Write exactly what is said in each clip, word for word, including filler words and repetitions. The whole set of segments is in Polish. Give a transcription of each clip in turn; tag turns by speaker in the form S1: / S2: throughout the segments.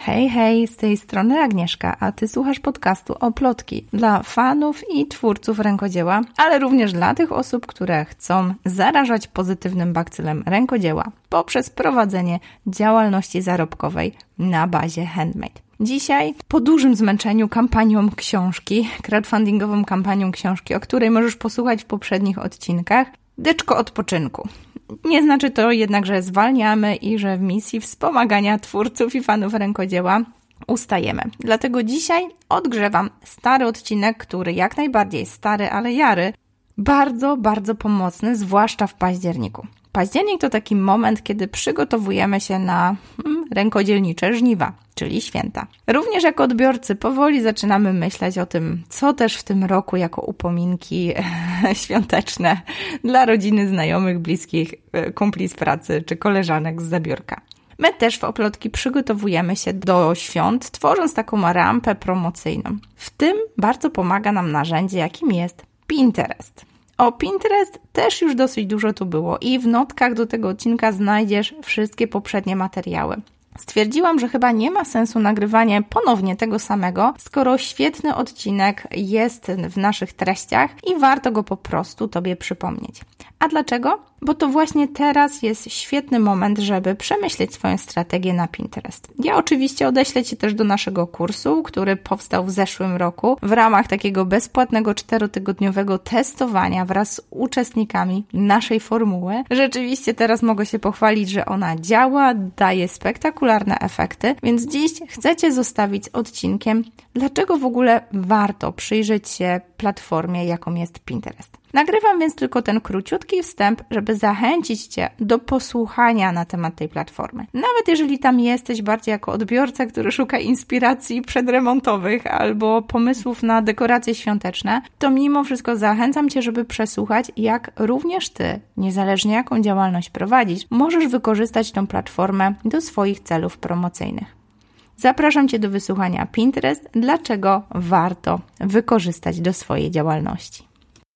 S1: Hej, hej, z tej strony Agnieszka, a Ty słuchasz podcastu Oplotki dla fanów i twórców rękodzieła, ale również dla tych osób, które chcą zarażać pozytywnym bakcylem rękodzieła poprzez prowadzenie działalności zarobkowej na bazie handmade. Dzisiaj po dużym zmęczeniu kampanią książki, crowdfundingową kampanią książki, o której możesz posłuchać w poprzednich odcinkach, deczko odpoczynku. Nie znaczy to jednak, że zwalniamy i że w misji wspomagania twórców i fanów rękodzieła ustajemy. Dlatego dzisiaj odgrzewam stary odcinek, który jak najbardziej stary, ale jary, bardzo, bardzo pomocny, zwłaszcza w październiku. Październik to taki moment, kiedy przygotowujemy się na hmm, rękodzielnicze żniwa, czyli święta. Również jako odbiorcy powoli zaczynamy myśleć o tym, co też w tym roku jako upominki świąteczne dla rodziny, znajomych, bliskich, kumpli z pracy czy koleżanek z zabiórka. My też w Oplotki przygotowujemy się do świąt, tworząc taką rampę promocyjną. W tym bardzo pomaga nam narzędzie, jakim jest Pinterest. O Pinterest też już dosyć dużo tu było i w notkach do tego odcinka znajdziesz wszystkie poprzednie materiały. Stwierdziłam, że chyba nie ma sensu nagrywanie ponownie tego samego, skoro świetny odcinek jest w naszych treściach i warto go po prostu Tobie przypomnieć. A dlaczego? Bo to właśnie teraz jest świetny moment, żeby przemyśleć swoją strategię na Pinterest. Ja oczywiście odeślę Cię też do naszego kursu, który powstał w zeszłym roku w ramach takiego bezpłatnego czterotygodniowego testowania wraz z uczestnikami naszej formuły. Rzeczywiście teraz mogę się pochwalić, że ona działa, daje spektakularne efekty, więc dziś chcę Cię zostawić z odcinkiem, dlaczego w ogóle warto przyjrzeć się platformie, jaką jest Pinterest. Nagrywam więc tylko ten króciutki wstęp, żeby zachęcić Cię do posłuchania na temat tej platformy. Nawet jeżeli tam jesteś bardziej jako odbiorca, który szuka inspiracji przedremontowych albo pomysłów na dekoracje świąteczne, to mimo wszystko zachęcam Cię, żeby przesłuchać, jak również Ty, niezależnie jaką działalność prowadzisz, możesz wykorzystać tą platformę do swoich celów promocyjnych. Zapraszam Cię do wysłuchania Pinterest, dlaczego warto wykorzystać do swojej działalności.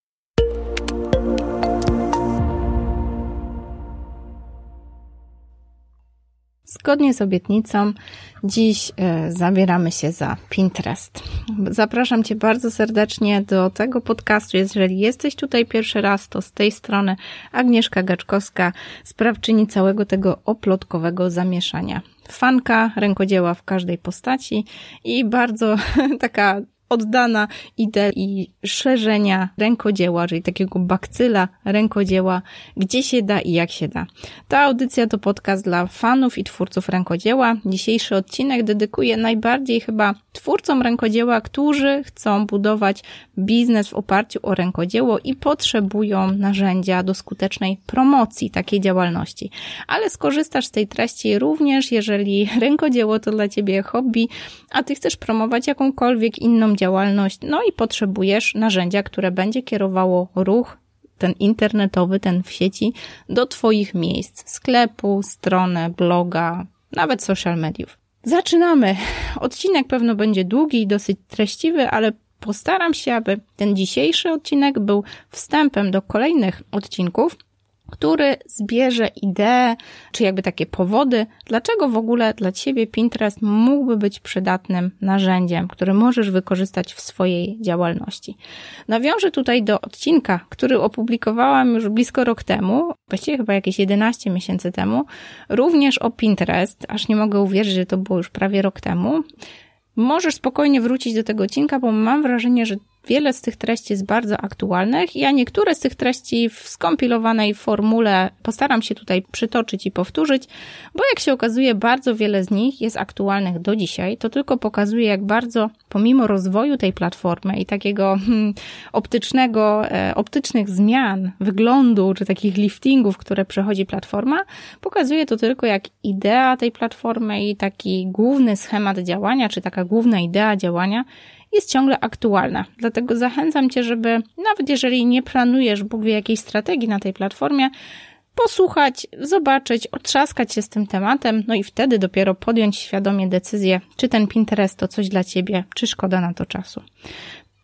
S1: Zgodnie z obietnicą, dziś y, zabieramy się za Pinterest. Zapraszam Cię bardzo serdecznie do tego podcastu. Jeżeli jesteś tutaj pierwszy raz, to z tej strony Agnieszka Gaczkowska, sprawczyni całego tego oplotkowego zamieszania. Fanka rękodzieła w każdej postaci i bardzo taka oddana idei szerzenia rękodzieła, czyli takiego bakcyla rękodzieła, gdzie się da i jak się da. Ta audycja to podcast dla fanów i twórców rękodzieła. Dzisiejszy odcinek dedykuję najbardziej chyba twórcom rękodzieła, którzy chcą budować biznes w oparciu o rękodzieło i potrzebują narzędzia do skutecznej promocji takiej działalności. Ale skorzystasz z tej treści również, jeżeli rękodzieło to dla Ciebie hobby, a Ty chcesz promować jakąkolwiek inną działalność, no i potrzebujesz narzędzia, które będzie kierowało ruch, ten internetowy, ten w sieci, do Twoich miejsc, sklepu, strony, bloga, nawet social mediów. Zaczynamy. Odcinek pewno będzie długi i dosyć treściwy, ale postaram się, aby ten dzisiejszy odcinek był wstępem do kolejnych odcinków, który zbierze idee, czy jakby takie powody, dlaczego w ogóle dla Ciebie Pinterest mógłby być przydatnym narzędziem, które możesz wykorzystać w swojej działalności. Nawiążę tutaj do odcinka, który opublikowałam już blisko rok temu, właściwie chyba jakieś jedenaście miesięcy temu, również o Pinterest, aż nie mogę uwierzyć, że to było już prawie rok temu. Możesz spokojnie wrócić do tego odcinka, bo mam wrażenie, że wiele z tych treści jest bardzo aktualnych. Ja niektóre z tych treści w skompilowanej formule postaram się tutaj przytoczyć i powtórzyć, bo jak się okazuje, bardzo wiele z nich jest aktualnych do dzisiaj. To tylko pokazuje, jak bardzo pomimo rozwoju tej platformy i takiego hmm, optycznego, e, optycznych zmian wyglądu, czy takich liftingów, które przechodzi platforma, pokazuje to tylko, jak idea tej platformy i taki główny schemat działania, czy taka główna idea działania jest ciągle aktualna. Dlatego zachęcam Cię, żeby nawet jeżeli nie planujesz Bóg wie jakiejś strategii na tej platformie, posłuchać, zobaczyć, otrzaskać się z tym tematem, no i wtedy dopiero podjąć świadomie decyzję, czy ten Pinterest to coś dla Ciebie, czy szkoda na to czasu.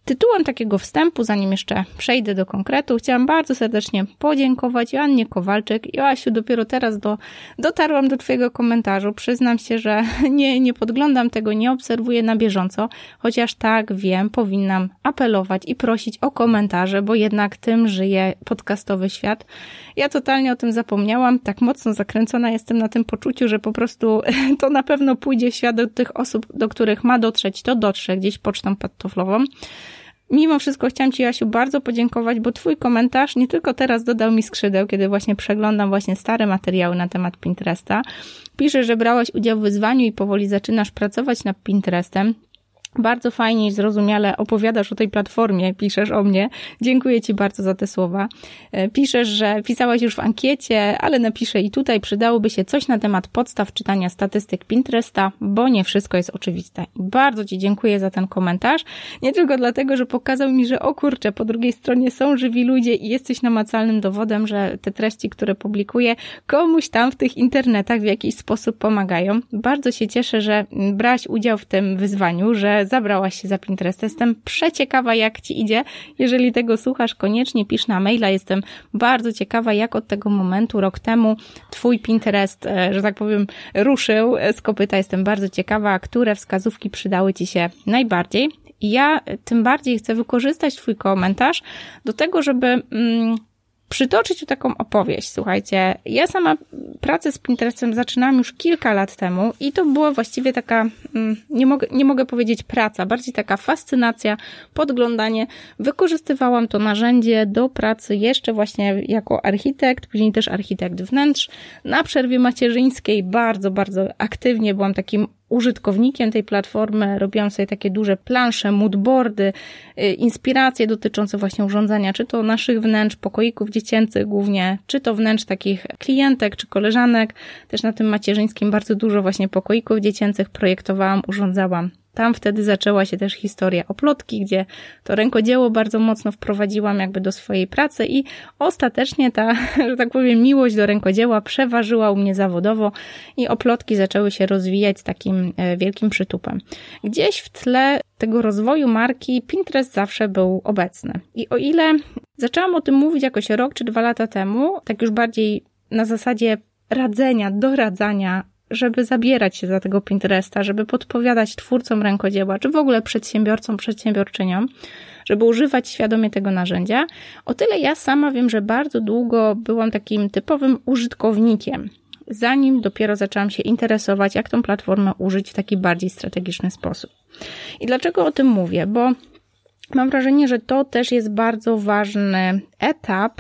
S1: Tytułem takiego wstępu, zanim jeszcze przejdę do konkretu, chciałam bardzo serdecznie podziękować Joannie Kowalczyk. Joasiu, dopiero teraz do, dotarłam do Twojego komentarzu. Przyznam się, że nie, nie podglądam tego, nie obserwuję na bieżąco, chociaż tak wiem, powinnam apelować i prosić o komentarze, bo jednak tym żyje podcastowy świat. Ja totalnie o tym zapomniałam, tak mocno zakręcona jestem na tym poczuciu, że po prostu to na pewno pójdzie w świat do tych osób, do których ma dotrzeć, to dotrze gdzieś pocztą pantoflową. Mimo wszystko chciałam Ci, Jasiu, bardzo podziękować, bo Twój komentarz nie tylko teraz dodał mi skrzydeł, kiedy właśnie przeglądam właśnie stare materiały na temat Pinteresta. Piszesz, że brałaś udział w wyzwaniu i powoli zaczynasz pracować nad Pinterestem. Bardzo fajnie i zrozumiale opowiadasz o tej platformie, piszesz o mnie. Dziękuję Ci bardzo za te słowa. Piszesz, że pisałaś już w ankiecie, ale napiszę i tutaj, przydałoby się coś na temat podstaw czytania statystyk Pinteresta, bo nie wszystko jest oczywiste. I bardzo Ci dziękuję za ten komentarz. Nie tylko dlatego, że pokazał mi, że o kurczę, po drugiej stronie są żywi ludzie i jesteś namacalnym dowodem, że te treści, które publikuję, komuś tam w tych internetach w jakiś sposób pomagają. Bardzo się cieszę, że brałaś udział w tym wyzwaniu, że zabrałaś się za Pinterest. Jestem przeciekawa, jak Ci idzie. Jeżeli tego słuchasz, koniecznie pisz na maila. Jestem bardzo ciekawa, jak od tego momentu, rok temu, Twój Pinterest, że tak powiem, ruszył z kopyta. Jestem bardzo ciekawa, które wskazówki przydały Ci się najbardziej. I ja tym bardziej chcę wykorzystać Twój komentarz do tego, żeby mm, przytoczyć tu taką opowieść. Słuchajcie, ja sama pracę z Pinterestem zaczynałam już kilka lat temu i to była właściwie taka, nie mogę, nie mogę powiedzieć praca, bardziej taka fascynacja, podglądanie. Wykorzystywałam to narzędzie do pracy jeszcze właśnie jako architekt, później też architekt wnętrz. Na przerwie macierzyńskiej bardzo, bardzo aktywnie byłam takim użytkownikiem tej platformy, robiłam sobie takie duże plansze, moodboardy, inspiracje dotyczące właśnie urządzania, czy to naszych wnętrz, pokoików dziecięcych głównie, czy to wnętrz takich klientek, czy koleżanek. Też na tym macierzyńskim bardzo dużo właśnie pokoików dziecięcych projektowałam, urządzałam. Tam wtedy zaczęła się też historia Oplotki, gdzie to rękodzieło bardzo mocno wprowadziłam jakby do swojej pracy i ostatecznie ta, że tak powiem, miłość do rękodzieła przeważyła u mnie zawodowo i Oplotki zaczęły się rozwijać z takim wielkim przytupem. Gdzieś w tle tego rozwoju marki Pinterest zawsze był obecny. I o ile zaczęłam o tym mówić jakoś rok czy dwa lata temu, tak już bardziej na zasadzie radzenia, doradzania, żeby zabierać się za tego Pinteresta, żeby podpowiadać twórcom rękodzieła, czy w ogóle przedsiębiorcom, przedsiębiorczyniom, żeby używać świadomie tego narzędzia. O tyle ja sama wiem, że bardzo długo byłam takim typowym użytkownikiem, zanim dopiero zaczęłam się interesować, jak tą platformę użyć w taki bardziej strategiczny sposób. I dlaczego o tym mówię? Bo mam wrażenie, że to też jest bardzo ważny etap,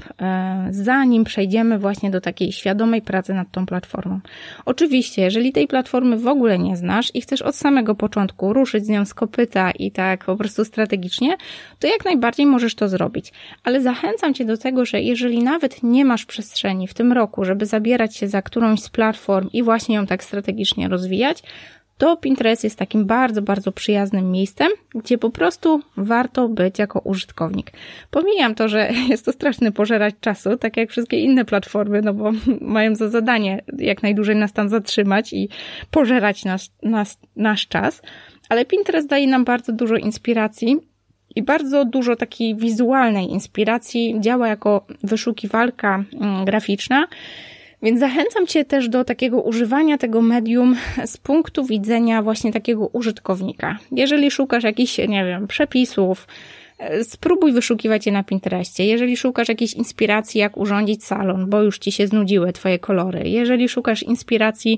S1: zanim przejdziemy właśnie do takiej świadomej pracy nad tą platformą. Oczywiście, jeżeli tej platformy w ogóle nie znasz i chcesz od samego początku ruszyć z nią z kopyta i tak po prostu strategicznie, to jak najbardziej możesz to zrobić. Ale zachęcam Cię do tego, że jeżeli nawet nie masz przestrzeni w tym roku, żeby zabierać się za którąś z platform i właśnie ją tak strategicznie rozwijać, to Pinterest jest takim bardzo, bardzo przyjaznym miejscem, gdzie po prostu warto być jako użytkownik. Pomijam to, że jest to straszny pożerać czasu, tak jak wszystkie inne platformy, no bo mają za zadanie jak najdłużej nas tam zatrzymać i pożerać nas, nas, nasz czas, ale Pinterest daje nam bardzo dużo inspiracji i bardzo dużo takiej wizualnej inspiracji, działa jako wyszukiwarka graficzna. Więc zachęcam Cię też do takiego używania tego medium z punktu widzenia właśnie takiego użytkownika. Jeżeli szukasz jakichś, nie wiem, przepisów, spróbuj wyszukiwać je na Pinterestie. Jeżeli szukasz jakiejś inspiracji, jak urządzić salon, bo już Ci się znudziły Twoje kolory. Jeżeli szukasz inspiracji,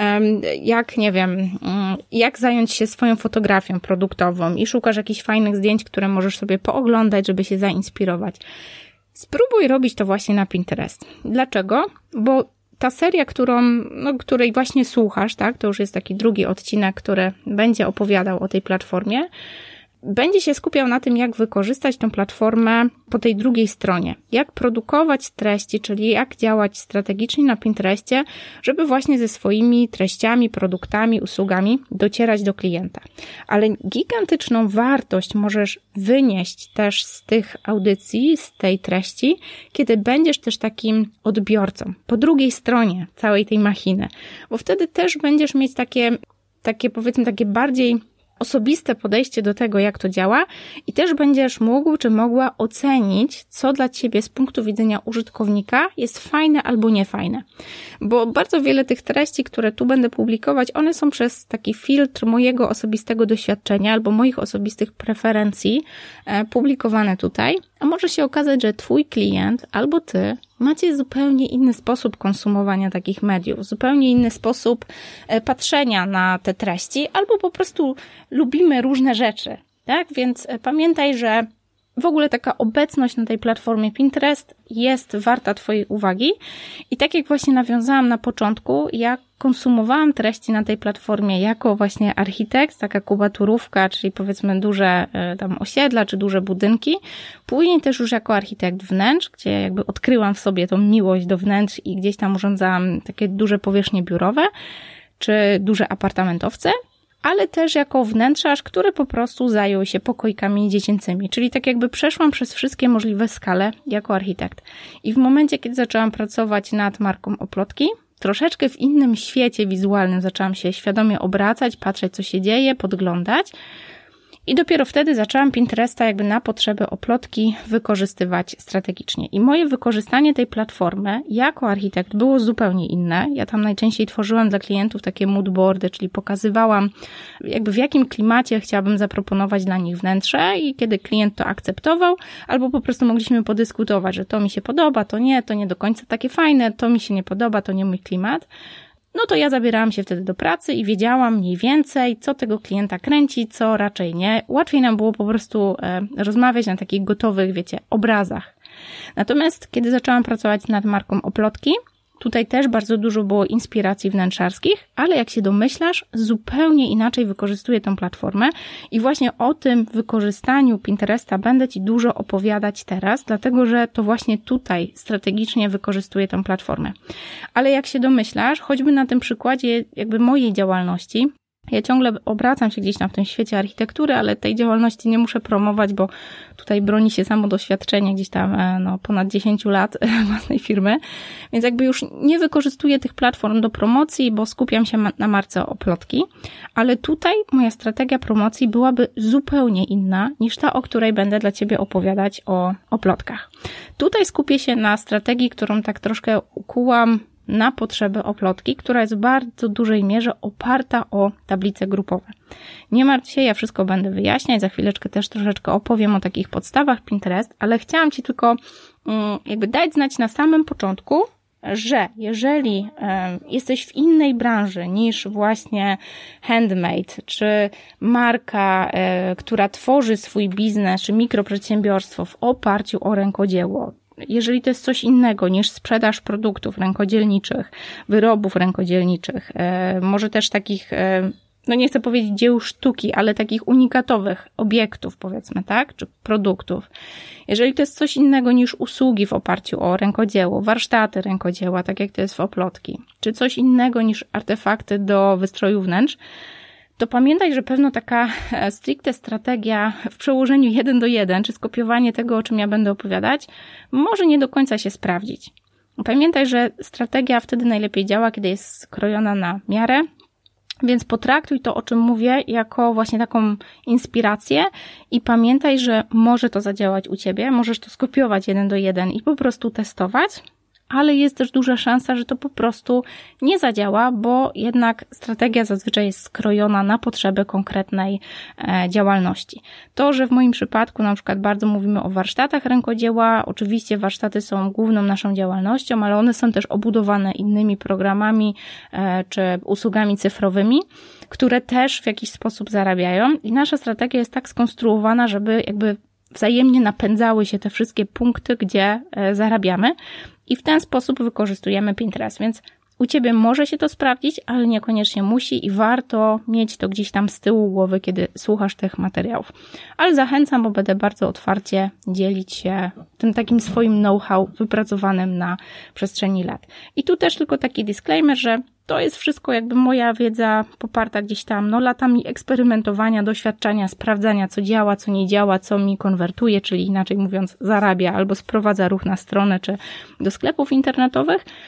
S1: jak, nie wiem, jak zająć się swoją fotografią produktową i szukasz jakichś fajnych zdjęć, które możesz sobie pooglądać, żeby się zainspirować. Spróbuj robić to właśnie na Pinterest. Dlaczego? Bo ta seria, którą, no, której właśnie słuchasz, tak, to już jest taki drugi odcinek, który będzie opowiadał o tej platformie, będzie się skupiał na tym, jak wykorzystać tą platformę po tej drugiej stronie. Jak produkować treści, czyli jak działać strategicznie na Pinterestie, żeby właśnie ze swoimi treściami, produktami, usługami docierać do klienta. Ale gigantyczną wartość możesz wynieść też z tych audycji, z tej treści, kiedy będziesz też takim odbiorcą po drugiej stronie całej tej machiny. Bo wtedy też będziesz mieć takie, takie powiedzmy, takie bardziej osobiste podejście do tego, jak to działa i też będziesz mógł czy mogła ocenić, co dla Ciebie z punktu widzenia użytkownika jest fajne albo niefajne. Bo bardzo wiele tych treści, które tu będę publikować, one są przez taki filtr mojego osobistego doświadczenia albo moich osobistych preferencji publikowane tutaj, a może się okazać, że Twój klient albo Ty macie zupełnie inny sposób konsumowania takich mediów, zupełnie inny sposób patrzenia na te treści, albo po prostu lubimy różne rzeczy, tak? Więc pamiętaj, że w ogóle taka obecność na tej platformie Pinterest jest warta Twojej uwagi i tak jak właśnie nawiązałam na początku, ja konsumowałam treści na tej platformie jako właśnie architekt, taka kubaturówka, czyli powiedzmy duże tam osiedla czy duże budynki, później też już jako architekt wnętrz, gdzie jakby odkryłam w sobie tą miłość do wnętrz i gdzieś tam urządzałam takie duże powierzchnie biurowe czy duże apartamentowce, ale też jako wnętrzarz, który po prostu zajął się pokojkami dziecięcymi, czyli tak jakby przeszłam przez wszystkie możliwe skale jako architekt. I w momencie, kiedy zaczęłam pracować nad marką Oplotki, troszeczkę w innym świecie wizualnym zaczęłam się świadomie obracać, patrzeć, co się dzieje, podglądać. I dopiero wtedy zaczęłam Pinteresta jakby na potrzeby Oplotki wykorzystywać strategicznie. I moje wykorzystanie tej platformy jako architekt było zupełnie inne. Ja tam najczęściej tworzyłam dla klientów takie moodboardy, czyli pokazywałam jakby w jakim klimacie chciałabym zaproponować dla nich wnętrze i kiedy klient to akceptował, albo po prostu mogliśmy podyskutować, że to mi się podoba, to nie, to nie do końca takie fajne, to mi się nie podoba, to nie mój klimat. No to ja zabierałam się wtedy do pracy i wiedziałam mniej więcej, co tego klienta kręci, co raczej nie. Łatwiej nam było po prostu e, rozmawiać na takich gotowych, wiecie, obrazach. Natomiast kiedy zaczęłam pracować nad marką Oplotki, tutaj też bardzo dużo było inspiracji wnętrzarskich, ale jak się domyślasz, zupełnie inaczej wykorzystuję tę platformę i właśnie o tym wykorzystaniu Pinteresta będę Ci dużo opowiadać teraz, dlatego że to właśnie tutaj strategicznie wykorzystuję tę platformę. Ale jak się domyślasz, choćby na tym przykładzie jakby mojej działalności, ja ciągle obracam się gdzieś tam w tym świecie architektury, ale tej działalności nie muszę promować, bo tutaj broni się samo doświadczenie gdzieś tam no, ponad dziesięć lat własnej firmy, więc jakby już nie wykorzystuję tych platform do promocji, bo skupiam się na marce Oplotki, ale tutaj moja strategia promocji byłaby zupełnie inna niż ta, o której będę dla Ciebie opowiadać o Oplotkach. Tutaj skupię się na strategii, którą tak troszkę ukułam na potrzeby Oplotki, która jest w bardzo dużej mierze oparta o tablice grupowe. Nie martw się, ja wszystko będę wyjaśniać, za chwileczkę też troszeczkę opowiem o takich podstawach Pinterest, ale chciałam Ci tylko jakby dać znać na samym początku, że jeżeli jesteś w innej branży niż właśnie handmade, czy marka, która tworzy swój biznes, czy mikroprzedsiębiorstwo w oparciu o rękodzieło, jeżeli to jest coś innego niż sprzedaż produktów rękodzielniczych, wyrobów rękodzielniczych, może też takich, no nie chcę powiedzieć dzieł sztuki, ale takich unikatowych obiektów, powiedzmy, tak, czy produktów. Jeżeli to jest coś innego niż usługi w oparciu o rękodzieło, warsztaty rękodzieła, tak jak to jest w Oplotki, czy coś innego niż artefakty do wystroju wnętrz, to pamiętaj, że pewno taka stricte strategia w przełożeniu jeden do jeden, czy skopiowanie tego, o czym ja będę opowiadać, może nie do końca się sprawdzić. Pamiętaj, że strategia wtedy najlepiej działa, kiedy jest skrojona na miarę, więc potraktuj to, o czym mówię, jako właśnie taką inspirację i pamiętaj, że może to zadziałać u Ciebie, możesz to skopiować jeden do jeden i po prostu testować, ale jest też duża szansa, że to po prostu nie zadziała, bo jednak strategia zazwyczaj jest skrojona na potrzeby konkretnej e, działalności. To, że w moim przypadku na przykład bardzo mówimy o warsztatach rękodzieła, oczywiście warsztaty są główną naszą działalnością, ale one są też obudowane innymi programami e, czy usługami cyfrowymi, które też w jakiś sposób zarabiają i nasza strategia jest tak skonstruowana, żeby jakby wzajemnie napędzały się te wszystkie punkty, gdzie e, zarabiamy. I w ten sposób wykorzystujemy Pinterest, więc u Ciebie może się to sprawdzić, ale niekoniecznie musi i warto mieć to gdzieś tam z tyłu głowy, kiedy słuchasz tych materiałów. Ale zachęcam, bo będę bardzo otwarcie dzielić się tym takim swoim know-how wypracowanym na przestrzeni lat. I tu też tylko taki disclaimer, że to jest wszystko jakby moja wiedza poparta gdzieś tam no latami eksperymentowania, doświadczania, sprawdzania, co działa, co nie działa, co mi konwertuje, czyli inaczej mówiąc zarabia albo sprowadza ruch na stronę czy do sklepów internetowych.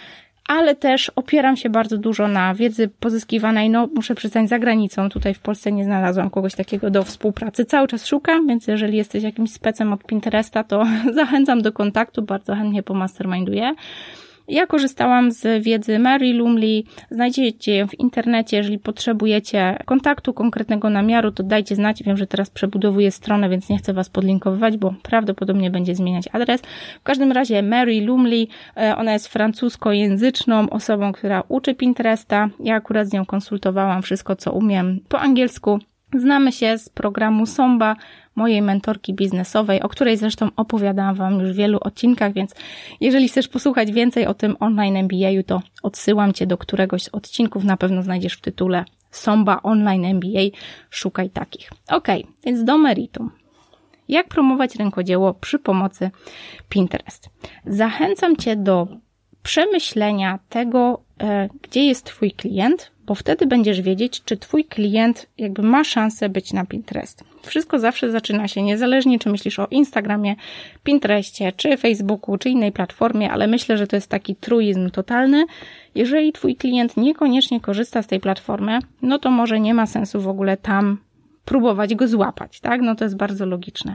S1: ale też opieram się bardzo dużo na wiedzy pozyskiwanej, no muszę przyznać, za granicą. Tutaj w Polsce nie znalazłam kogoś takiego do współpracy. Cały czas szukam, więc jeżeli jesteś jakimś specem od Pinteresta, to zachęcam do kontaktu, bardzo chętnie pomasterminduję. Ja korzystałam z wiedzy Mary Lumley, znajdziecie ją w internecie, jeżeli potrzebujecie kontaktu konkretnego namiaru, to dajcie znać. Wiem, że teraz przebudowuję stronę, więc nie chcę Was podlinkowywać, bo prawdopodobnie będzie zmieniać adres. W każdym razie Mary Lumley, ona jest francuskojęzyczną osobą, która uczy Pinteresta. Ja akurat z nią konsultowałam wszystko, co umiem po angielsku. Znamy się z programu Somba, mojej mentorki biznesowej, o której zresztą opowiadałam Wam już w wielu odcinkach, więc jeżeli chcesz posłuchać więcej o tym online M B A-u, to odsyłam Cię do któregoś z odcinków, na pewno znajdziesz w tytule Somba Online M B A, szukaj takich. Ok, więc do meritum. Jak promować rękodzieło przy pomocy Pinterest? Zachęcam Cię do przemyślenia tego, e, gdzie jest Twój klient, bo wtedy będziesz wiedzieć, czy Twój klient jakby ma szansę być na Pinterest. Wszystko zawsze zaczyna się niezależnie, czy myślisz o Instagramie, Pinterestie, czy Facebooku, czy innej platformie, ale myślę, że to jest taki truizm totalny. Jeżeli Twój klient niekoniecznie korzysta z tej platformy, no to może nie ma sensu w ogóle tam próbować go złapać, tak? No to jest bardzo logiczne.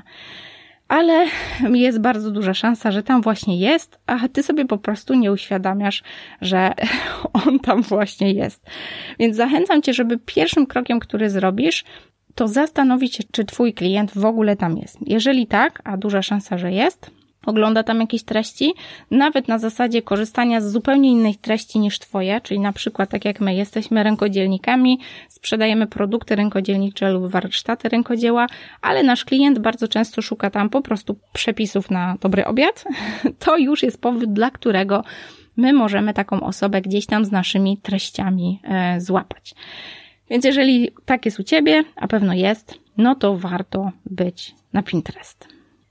S1: Ale jest bardzo duża szansa, że tam właśnie jest, a Ty sobie po prostu nie uświadamiasz, że on tam właśnie jest. Więc zachęcam Cię, żeby pierwszym krokiem, który zrobisz, to zastanowić się, czy Twój klient w ogóle tam jest. Jeżeli tak, a duża szansa, że jest, ogląda tam jakieś treści, nawet na zasadzie korzystania z zupełnie innych treści niż Twoje, czyli na przykład tak jak my jesteśmy rękodzielnikami, sprzedajemy produkty rękodzielnicze lub warsztaty rękodzieła, ale nasz klient bardzo często szuka tam po prostu przepisów na dobry obiad, to już jest powód, dla którego my możemy taką osobę gdzieś tam z naszymi treściami e, złapać. Więc jeżeli tak jest u Ciebie, a pewno jest, no to warto być na Pinterest.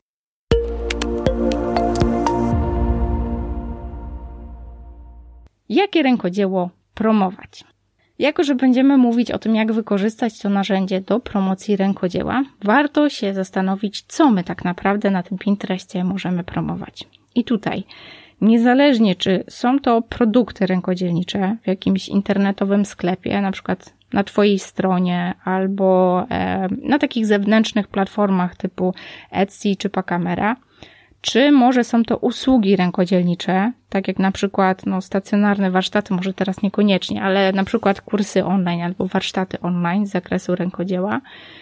S1: Jakie rękodzieło promować? Jako że będziemy mówić o tym, jak wykorzystać to narzędzie do promocji rękodzieła, warto się zastanowić, co my tak naprawdę na tym Pinterestie możemy promować. I tutaj, niezależnie czy są to produkty rękodzielnicze w jakimś internetowym sklepie, na przykład na Twojej stronie albo e, na takich zewnętrznych platformach typu Etsy czy Pacamera, czy może są to usługi rękodzielnicze, tak jak na przykład no, stacjonarne warsztaty, może teraz niekoniecznie, ale na przykład kursy online albo warsztaty online z zakresu rękodzieła.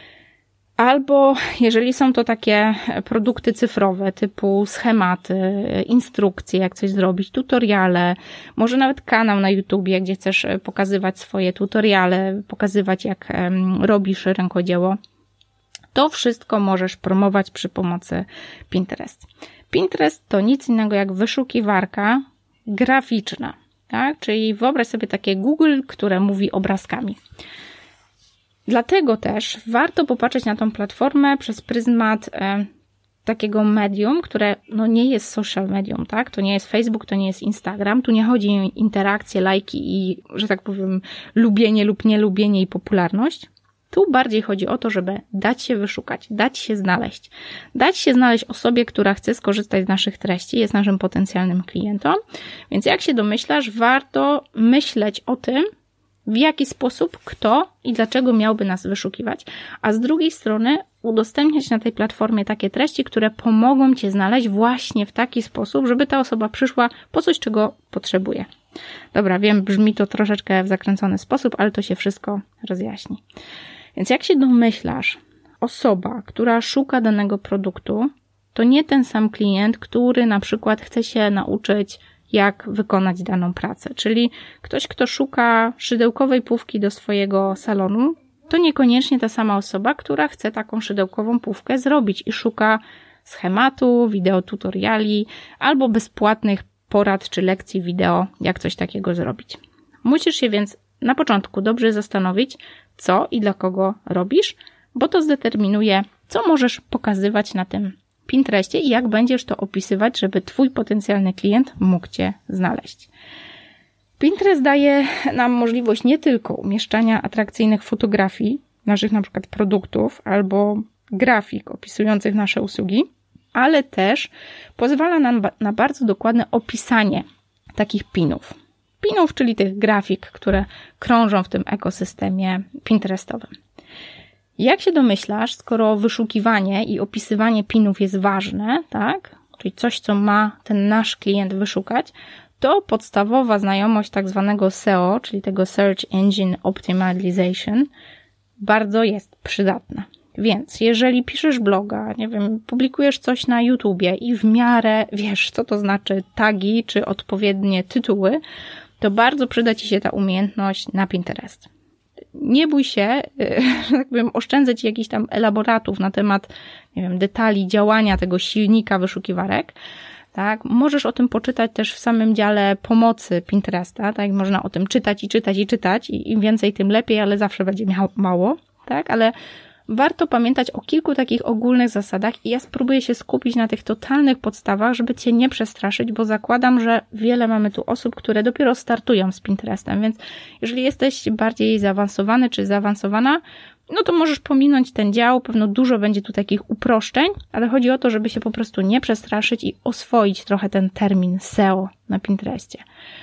S1: Albo jeżeli są to takie produkty cyfrowe typu schematy, instrukcje, jak coś zrobić, tutoriale, może nawet kanał na YouTubie, gdzie chcesz pokazywać swoje tutoriale, pokazywać jak robisz rękodzieło. To wszystko możesz promować przy pomocy Pinterest. Pinterest to nic innego jak wyszukiwarka graficzna, tak? Czyli wyobraź sobie takie Google, które mówi obrazkami. Dlatego też warto popatrzeć na tą platformę przez pryzmat e, takiego medium, które no nie jest social medium, tak? To nie jest Facebook, to nie jest Instagram. Tu nie chodzi o interakcje, lajki i, że tak powiem, lubienie lub nielubienie i popularność. Tu bardziej chodzi o to, żeby dać się wyszukać, dać się znaleźć. Dać się znaleźć osobie, która chce skorzystać z naszych treści, jest naszym potencjalnym klientem. Więc jak się domyślasz, warto myśleć o tym, w jaki sposób, kto i dlaczego miałby nas wyszukiwać, a z drugiej strony udostępniać na tej platformie takie treści, które pomogą Cię znaleźć właśnie w taki sposób, żeby ta osoba przyszła po coś, czego potrzebuje. Dobra, wiem, brzmi to troszeczkę w zakręcony sposób, ale to się wszystko rozjaśni. Więc jak się domyślasz, osoba, która szuka danego produktu, to nie ten sam klient, który na przykład chce się nauczyć, jak wykonać daną pracę. Czyli ktoś, kto szuka szydełkowej półki do swojego salonu, to niekoniecznie ta sama osoba, która chce taką szydełkową półkę zrobić i szuka schematu, wideo tutoriali albo bezpłatnych porad czy lekcji wideo, jak coś takiego zrobić. Musisz się więc na początku dobrze zastanowić, co i dla kogo robisz, bo to zdeterminuje, co możesz pokazywać na tym Pinterestie i jak będziesz to opisywać, żeby Twój potencjalny klient mógł Cię znaleźć. Pinterest daje nam możliwość nie tylko umieszczania atrakcyjnych fotografii naszych na przykład produktów albo grafik opisujących nasze usługi, ale też pozwala nam na bardzo dokładne opisanie takich pinów. pinów, czyli tych grafik, które krążą w tym ekosystemie pinterestowym. Jak się domyślasz, skoro wyszukiwanie i opisywanie pinów jest ważne, tak, czyli coś, co ma ten nasz klient wyszukać, to podstawowa znajomość tak zwanego S E O, czyli tego Search Engine Optimization, bardzo jest przydatna. Więc jeżeli piszesz bloga, nie wiem, publikujesz coś na YouTubie i w miarę wiesz, co to znaczy tagi czy odpowiednie tytuły, to bardzo przyda Ci się ta umiejętność na Pinterest. Nie bój się, że tak powiem, oszczędzać jakichś tam elaboratów na temat, nie wiem, detali działania tego silnika wyszukiwarek. Tak, możesz o tym poczytać też w samym dziale pomocy Pinteresta, tak, można o tym czytać i czytać i czytać i im więcej, tym lepiej, ale zawsze będzie miało mało, tak, ale warto pamiętać o kilku takich ogólnych zasadach i ja spróbuję się skupić na tych totalnych podstawach, żeby Cię nie przestraszyć, bo zakładam, że wiele mamy tu osób, które dopiero startują z Pinterestem, więc jeżeli jesteś bardziej zaawansowany czy zaawansowana, no to możesz pominąć ten dział, pewno dużo będzie tu takich uproszczeń, ale chodzi o to, żeby się po prostu nie przestraszyć i oswoić trochę ten termin S E O na Pinterestie.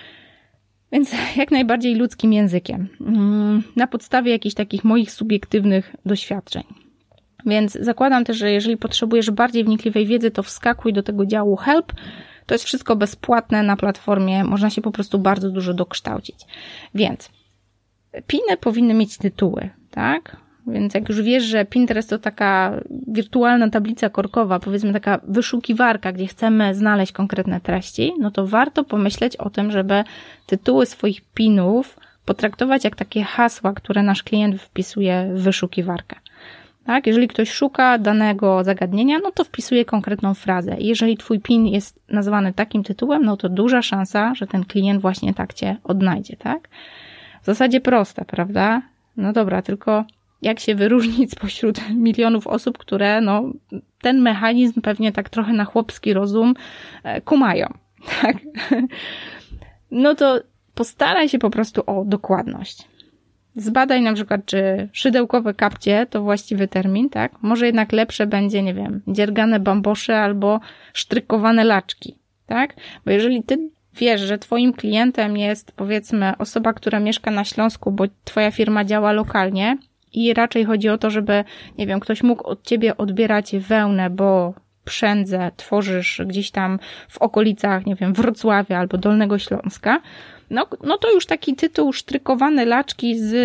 S1: Więc jak najbardziej ludzkim językiem, na podstawie jakichś takich moich subiektywnych doświadczeń. Więc zakładam też, że jeżeli potrzebujesz bardziej wnikliwej wiedzy, to wskakuj do tego działu Help. To jest wszystko bezpłatne na platformie, można się po prostu bardzo dużo dokształcić. Więc piny powinny mieć tytuły, tak? Więc jak już wiesz, że Pinterest to taka wirtualna tablica korkowa, powiedzmy taka wyszukiwarka, gdzie chcemy znaleźć konkretne treści, no to warto pomyśleć o tym, żeby tytuły swoich pinów potraktować jak takie hasła, które nasz klient wpisuje w wyszukiwarkę. Tak? Jeżeli ktoś szuka danego zagadnienia, no to wpisuje konkretną frazę. Jeżeli twój pin jest nazwany takim tytułem, no to duża szansa, że ten klient właśnie tak cię odnajdzie, tak? W zasadzie proste, prawda? No dobra, tylko jak się wyróżnić spośród milionów osób, które no, ten mechanizm pewnie tak trochę na chłopski rozum kumają, tak? No to postaraj się po prostu o dokładność. Zbadaj na przykład, czy szydełkowe kapcie to właściwy termin, tak? Może jednak lepsze będzie, nie wiem, dziergane bambosze albo sztrykowane laczki, tak? Bo jeżeli ty wiesz, że twoim klientem jest, powiedzmy, osoba, która mieszka na Śląsku, bo twoja firma działa lokalnie, i raczej chodzi o to, żeby, nie wiem, ktoś mógł od ciebie odbierać wełnę, bo przędzę tworzysz gdzieś tam w okolicach, nie wiem, Wrocławia albo Dolnego Śląska, no, no to już taki tytuł sztrykowane laczki z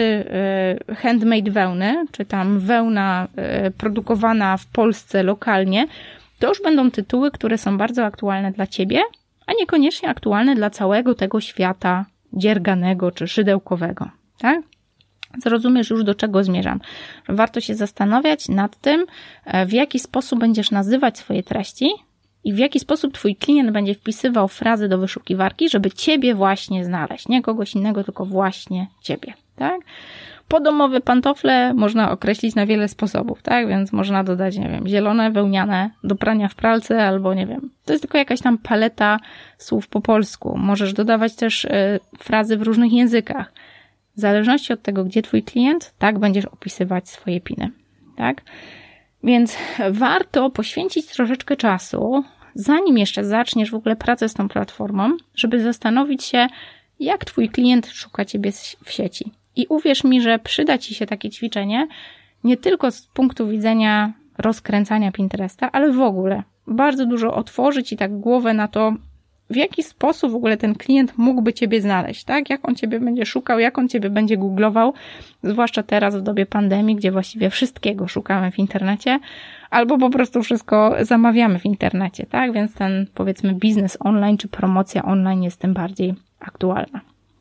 S1: y, handmade wełny, czy tam wełna y, produkowana w Polsce lokalnie, to już będą tytuły, które są bardzo aktualne dla ciebie, a niekoniecznie aktualne dla całego tego świata dzierganego czy szydełkowego, tak? Zrozumiesz już, do czego zmierzam. Warto się zastanawiać nad tym, w jaki sposób będziesz nazywać swoje treści i w jaki sposób twój klient będzie wpisywał frazy do wyszukiwarki, żeby ciebie właśnie znaleźć. Nie kogoś innego, tylko właśnie ciebie, tak? Podomowe pantofle można określić na wiele sposobów, tak? Więc można dodać, nie wiem, zielone, wełniane, do prania w pralce albo, nie wiem, to jest tylko jakaś tam paleta słów po polsku. Możesz dodawać też y, frazy w różnych językach. W zależności od tego, gdzie twój klient, tak będziesz opisywać swoje piny, tak? Więc warto poświęcić troszeczkę czasu, zanim jeszcze zaczniesz w ogóle pracę z tą platformą, żeby zastanowić się, jak twój klient szuka ciebie w sieci. I uwierz mi, że przyda ci się takie ćwiczenie nie tylko z punktu widzenia rozkręcania Pinteresta, ale w ogóle bardzo dużo otworzyć i tak głowę na to, w jaki sposób w ogóle ten klient mógłby ciebie znaleźć, tak? Jak on ciebie będzie szukał, jak on ciebie będzie googlował, zwłaszcza teraz w dobie pandemii, gdzie właściwie wszystkiego szukamy w internecie, albo po prostu wszystko zamawiamy w internecie, tak? Więc ten, powiedzmy, biznes online czy promocja online jest tym bardziej aktualna.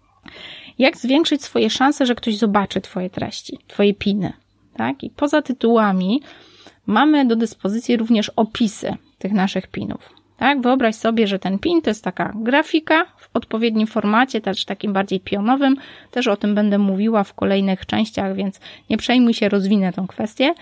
S1: Jak zwiększyć swoje szanse, że ktoś zobaczy twoje treści, twoje piny, tak? I poza tytułami mamy do dyspozycji również opisy tych naszych pinów. Tak, wyobraź sobie, że ten pin to jest taka grafika w odpowiednim formacie, też takim bardziej pionowym. Też o tym będę mówiła w kolejnych częściach, więc nie przejmuj się, rozwinę tą kwestię.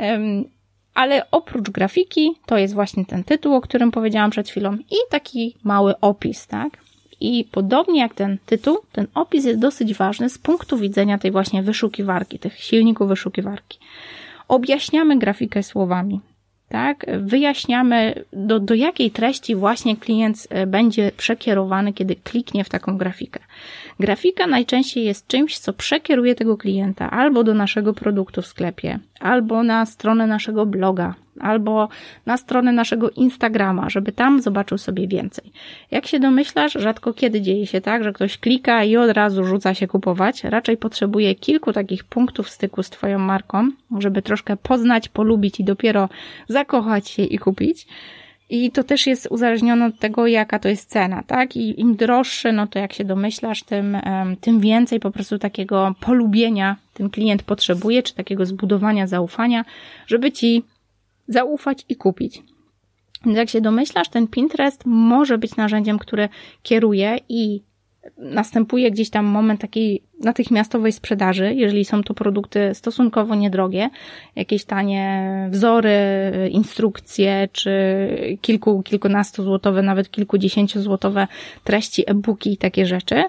S1: Ale oprócz grafiki to jest właśnie ten tytuł, o którym powiedziałam przed chwilą i taki mały opis, tak? I podobnie jak ten tytuł, ten opis jest dosyć ważny z punktu widzenia tej właśnie wyszukiwarki, tych silników wyszukiwarki. Objaśniamy grafikę słowami.
S2: tak? Wyjaśniamy, do, do jakiej treści właśnie klient będzie przekierowany, kiedy kliknie w taką grafikę. Grafika najczęściej jest czymś, co przekieruje tego klienta albo do naszego produktu w sklepie, albo na stronę naszego bloga, albo na stronę naszego Instagrama, żeby tam zobaczył sobie więcej. Jak się domyślasz, rzadko kiedy dzieje się tak, że ktoś klika i od razu rzuca się kupować. Raczej potrzebuje kilku takich punktów styku z Twoją marką, żeby troszkę poznać, polubić i dopiero zakochać się i kupić. I to też jest uzależnione od tego, jaka to jest cena, tak? I im droższy, no to jak się domyślasz, tym, tym więcej po prostu takiego polubienia ten klient potrzebuje, czy takiego zbudowania zaufania, żeby Ci zaufać i kupić. Więc jak się domyślasz, ten Pinterest może być narzędziem, które kieruje i następuje gdzieś tam moment takiej natychmiastowej sprzedaży, jeżeli są to produkty stosunkowo niedrogie, jakieś tanie wzory, instrukcje, czy kilku, kilkunastozłotowe, nawet kilkudziesięciozłotowe treści, e-booki i takie rzeczy.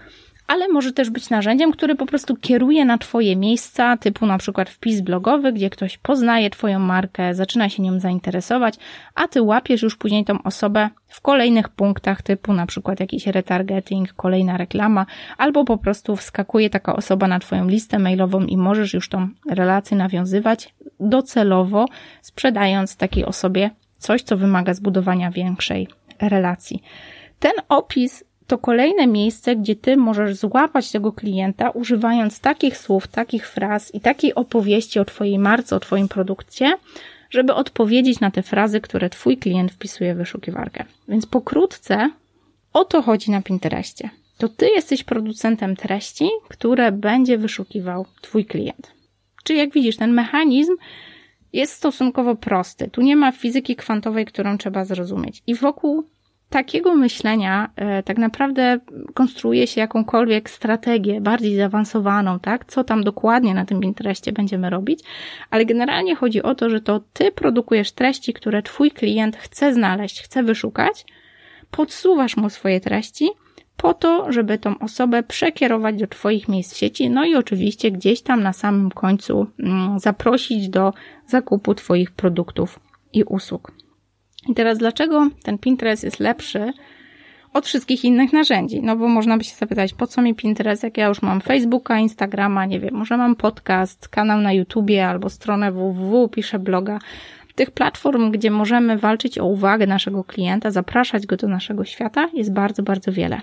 S2: Ale może też być narzędziem, które po prostu kieruje na Twoje miejsca, typu na przykład wpis blogowy, gdzie ktoś poznaje Twoją markę, zaczyna się nią zainteresować, a Ty łapiesz już później tą osobę w kolejnych punktach, typu na przykład jakiś retargeting, kolejna reklama, albo po prostu wskakuje taka osoba na Twoją listę mailową i możesz już tą relację nawiązywać docelowo, sprzedając takiej osobie coś, co wymaga zbudowania większej relacji. Ten opis to kolejne miejsce, gdzie Ty możesz złapać tego klienta, używając takich słów, takich fraz i takiej opowieści o Twojej marce, o Twoim produkcie, żeby odpowiedzieć na te frazy, które Twój klient wpisuje w wyszukiwarkę. Więc pokrótce o to chodzi na Pinterestie. To Ty jesteś producentem treści, które będzie wyszukiwał Twój klient. Czyli jak widzisz, ten mechanizm jest stosunkowo prosty. Tu nie ma fizyki kwantowej, którą trzeba zrozumieć. I wokół takiego myślenia e, tak naprawdę konstruuje się jakąkolwiek strategię bardziej zaawansowaną, tak? Co tam dokładnie na tym Pinterestie będziemy robić, ale generalnie chodzi o to, że to Ty produkujesz treści, które Twój klient chce znaleźć, chce wyszukać, podsuwasz mu swoje treści po to, żeby tą osobę przekierować do Twoich miejsc w sieci, no i oczywiście gdzieś tam na samym końcu mm, zaprosić do zakupu Twoich produktów i usług. I teraz dlaczego ten Pinterest jest lepszy od wszystkich innych narzędzi? No bo można by się zapytać, po co mi Pinterest, jak ja już mam Facebooka, Instagrama, nie wiem, może mam podcast, kanał na YouTubie albo stronę www, piszę bloga. Tych platform, gdzie możemy walczyć o uwagę naszego klienta, zapraszać go do naszego świata, jest bardzo, bardzo wiele.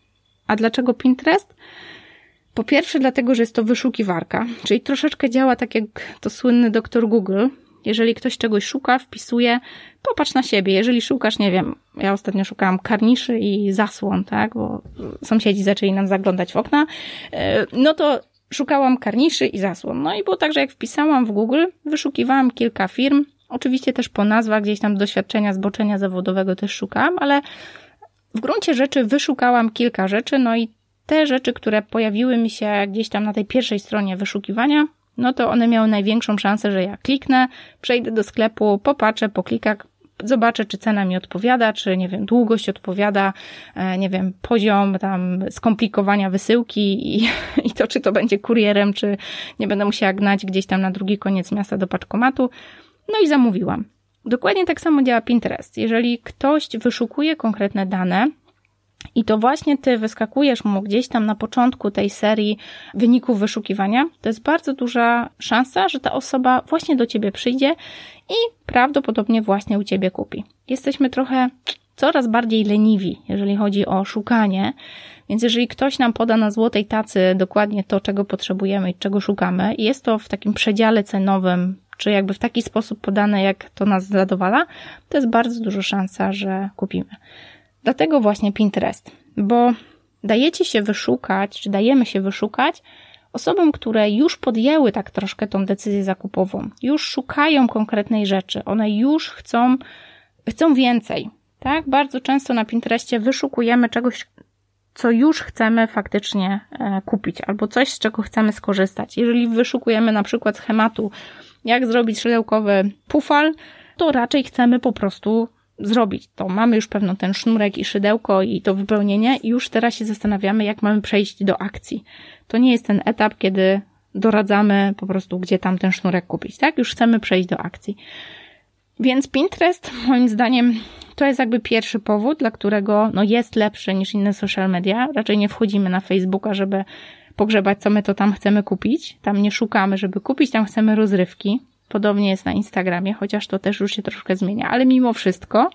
S2: A dlaczego Pinterest? Po pierwsze dlatego, że jest to wyszukiwarka, czyli troszeczkę działa tak jak to słynny doktor Google. Jeżeli ktoś czegoś szuka, wpisuje, popatrz na siebie. Jeżeli szukasz, nie wiem, ja ostatnio szukałam karniszy i zasłon, tak, bo sąsiedzi zaczęli nam zaglądać w okna, no to szukałam karniszy i zasłon. No i było tak, że jak wpisałam w Google, wyszukiwałam kilka firm, oczywiście też po nazwach, gdzieś tam doświadczenia, zboczenia zawodowego też szukałam, ale w gruncie rzeczy wyszukałam kilka rzeczy, no i te rzeczy, które pojawiły mi się gdzieś tam na tej pierwszej stronie wyszukiwania, no to one miały największą szansę, że ja kliknę, przejdę do sklepu, popatrzę, poklikam, zobaczę, czy cena mi odpowiada, czy, nie wiem, długość odpowiada, nie wiem, poziom tam skomplikowania wysyłki i, i to, czy to będzie kurierem, czy nie będę musiała gnać gdzieś tam na drugi koniec miasta do paczkomatu. No i zamówiłam. Dokładnie tak samo działa Pinterest. Jeżeli ktoś wyszukuje konkretne dane, i to właśnie Ty wyskakujesz mu gdzieś tam na początku tej serii wyników wyszukiwania, to jest bardzo duża szansa, że ta osoba właśnie do Ciebie przyjdzie i prawdopodobnie właśnie u Ciebie kupi. Jesteśmy trochę coraz bardziej leniwi, jeżeli chodzi o szukanie, więc jeżeli ktoś nam poda na złotej tacy dokładnie to, czego potrzebujemy i czego szukamy, i jest to w takim przedziale cenowym, czy jakby w taki sposób podane, jak to nas zadowala, to jest bardzo duża szansa, że kupimy. Dlatego właśnie Pinterest, bo dajecie się wyszukać, czy dajemy się wyszukać osobom, które już podjęły tak troszkę tą decyzję zakupową, już szukają konkretnej rzeczy, one już chcą, chcą więcej, tak? Bardzo często na Pinterestie wyszukujemy czegoś, co już chcemy faktycznie kupić, albo coś, z czego chcemy skorzystać. Jeżeli wyszukujemy na przykład schematu, jak zrobić szydełkowy pufal, to raczej chcemy po prostu zrobić to. Mamy już pewno ten sznurek i szydełko i to wypełnienie i już teraz się zastanawiamy, jak mamy przejść do akcji. To nie jest ten etap, kiedy doradzamy po prostu, gdzie tam ten sznurek kupić, tak? Już chcemy przejść do akcji. Więc Pinterest moim zdaniem to jest jakby pierwszy powód, dla którego no jest lepszy niż inne social media. Raczej nie wchodzimy na Facebooka, żeby pogrzebać, co my to tam chcemy kupić. Tam nie szukamy, żeby kupić, tam chcemy rozrywki. Podobnie jest na Instagramie, chociaż to też już się troszkę zmienia, ale mimo wszystko.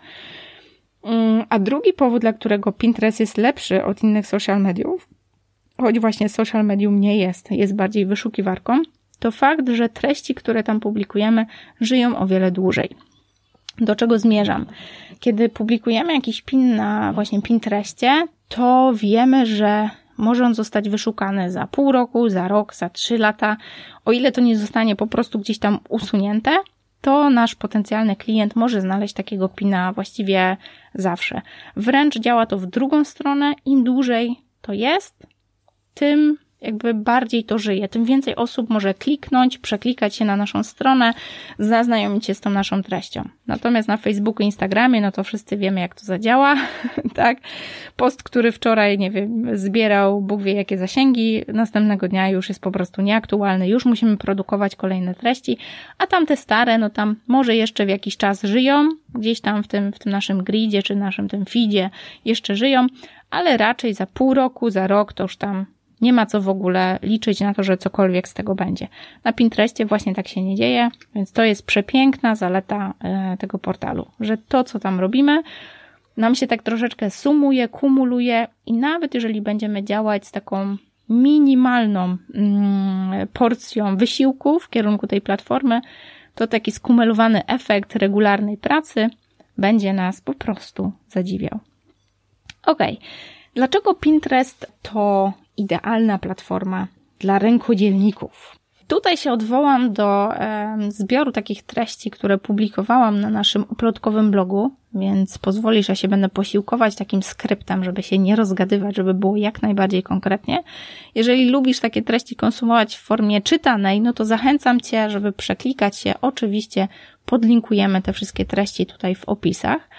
S2: A drugi powód, dla którego Pinterest jest lepszy od innych social mediów, choć właśnie social medium nie jest, jest bardziej wyszukiwarką, to fakt, że treści, które tam publikujemy, żyją o wiele dłużej. Do czego zmierzam? Kiedy publikujemy jakiś pin na właśnie Pinterestie, to wiemy, że może on zostać wyszukany za pół roku, za rok, za trzy lata. O ile to nie zostanie po prostu gdzieś tam usunięte, to nasz potencjalny klient może znaleźć takiego pina właściwie zawsze. Wręcz działa to w drugą stronę. Im dłużej to jest, tym jakby bardziej to żyje. Tym więcej osób może kliknąć, przeklikać się na naszą stronę, zaznajomić się z tą naszą treścią. Natomiast na Facebooku, Instagramie, no to wszyscy wiemy, jak to zadziała, tak? Post, który wczoraj, nie wiem, zbierał Bóg wie jakie zasięgi, następnego dnia już jest po prostu nieaktualny, już musimy produkować kolejne treści, a tamte stare, no tam może jeszcze w jakiś czas żyją, gdzieś tam w tym, w tym naszym gridzie, czy naszym tym feedzie jeszcze żyją, ale raczej za pół roku, za rok to już tam nie ma co w ogóle liczyć na to, że cokolwiek z tego będzie. Na Pinterestie właśnie tak się nie dzieje, więc to jest przepiękna zaleta tego portalu, że to, co tam robimy, nam się tak troszeczkę sumuje, kumuluje i nawet jeżeli będziemy działać z taką minimalną porcją wysiłku w kierunku tej platformy, to taki skumulowany efekt regularnej pracy będzie nas po prostu zadziwiał. Okej, dlaczego Pinterest to idealna platforma dla rękodzielników? Tutaj się odwołam do e, zbioru takich treści, które publikowałam na naszym oplotkowym blogu, więc pozwolisz, że się będę posiłkować takim skryptem, żeby się nie rozgadywać, żeby było jak najbardziej konkretnie. Jeżeli lubisz takie treści konsumować w formie czytanej, no to zachęcam Cię, żeby przeklikać się. Oczywiście podlinkujemy te wszystkie treści tutaj w opisach.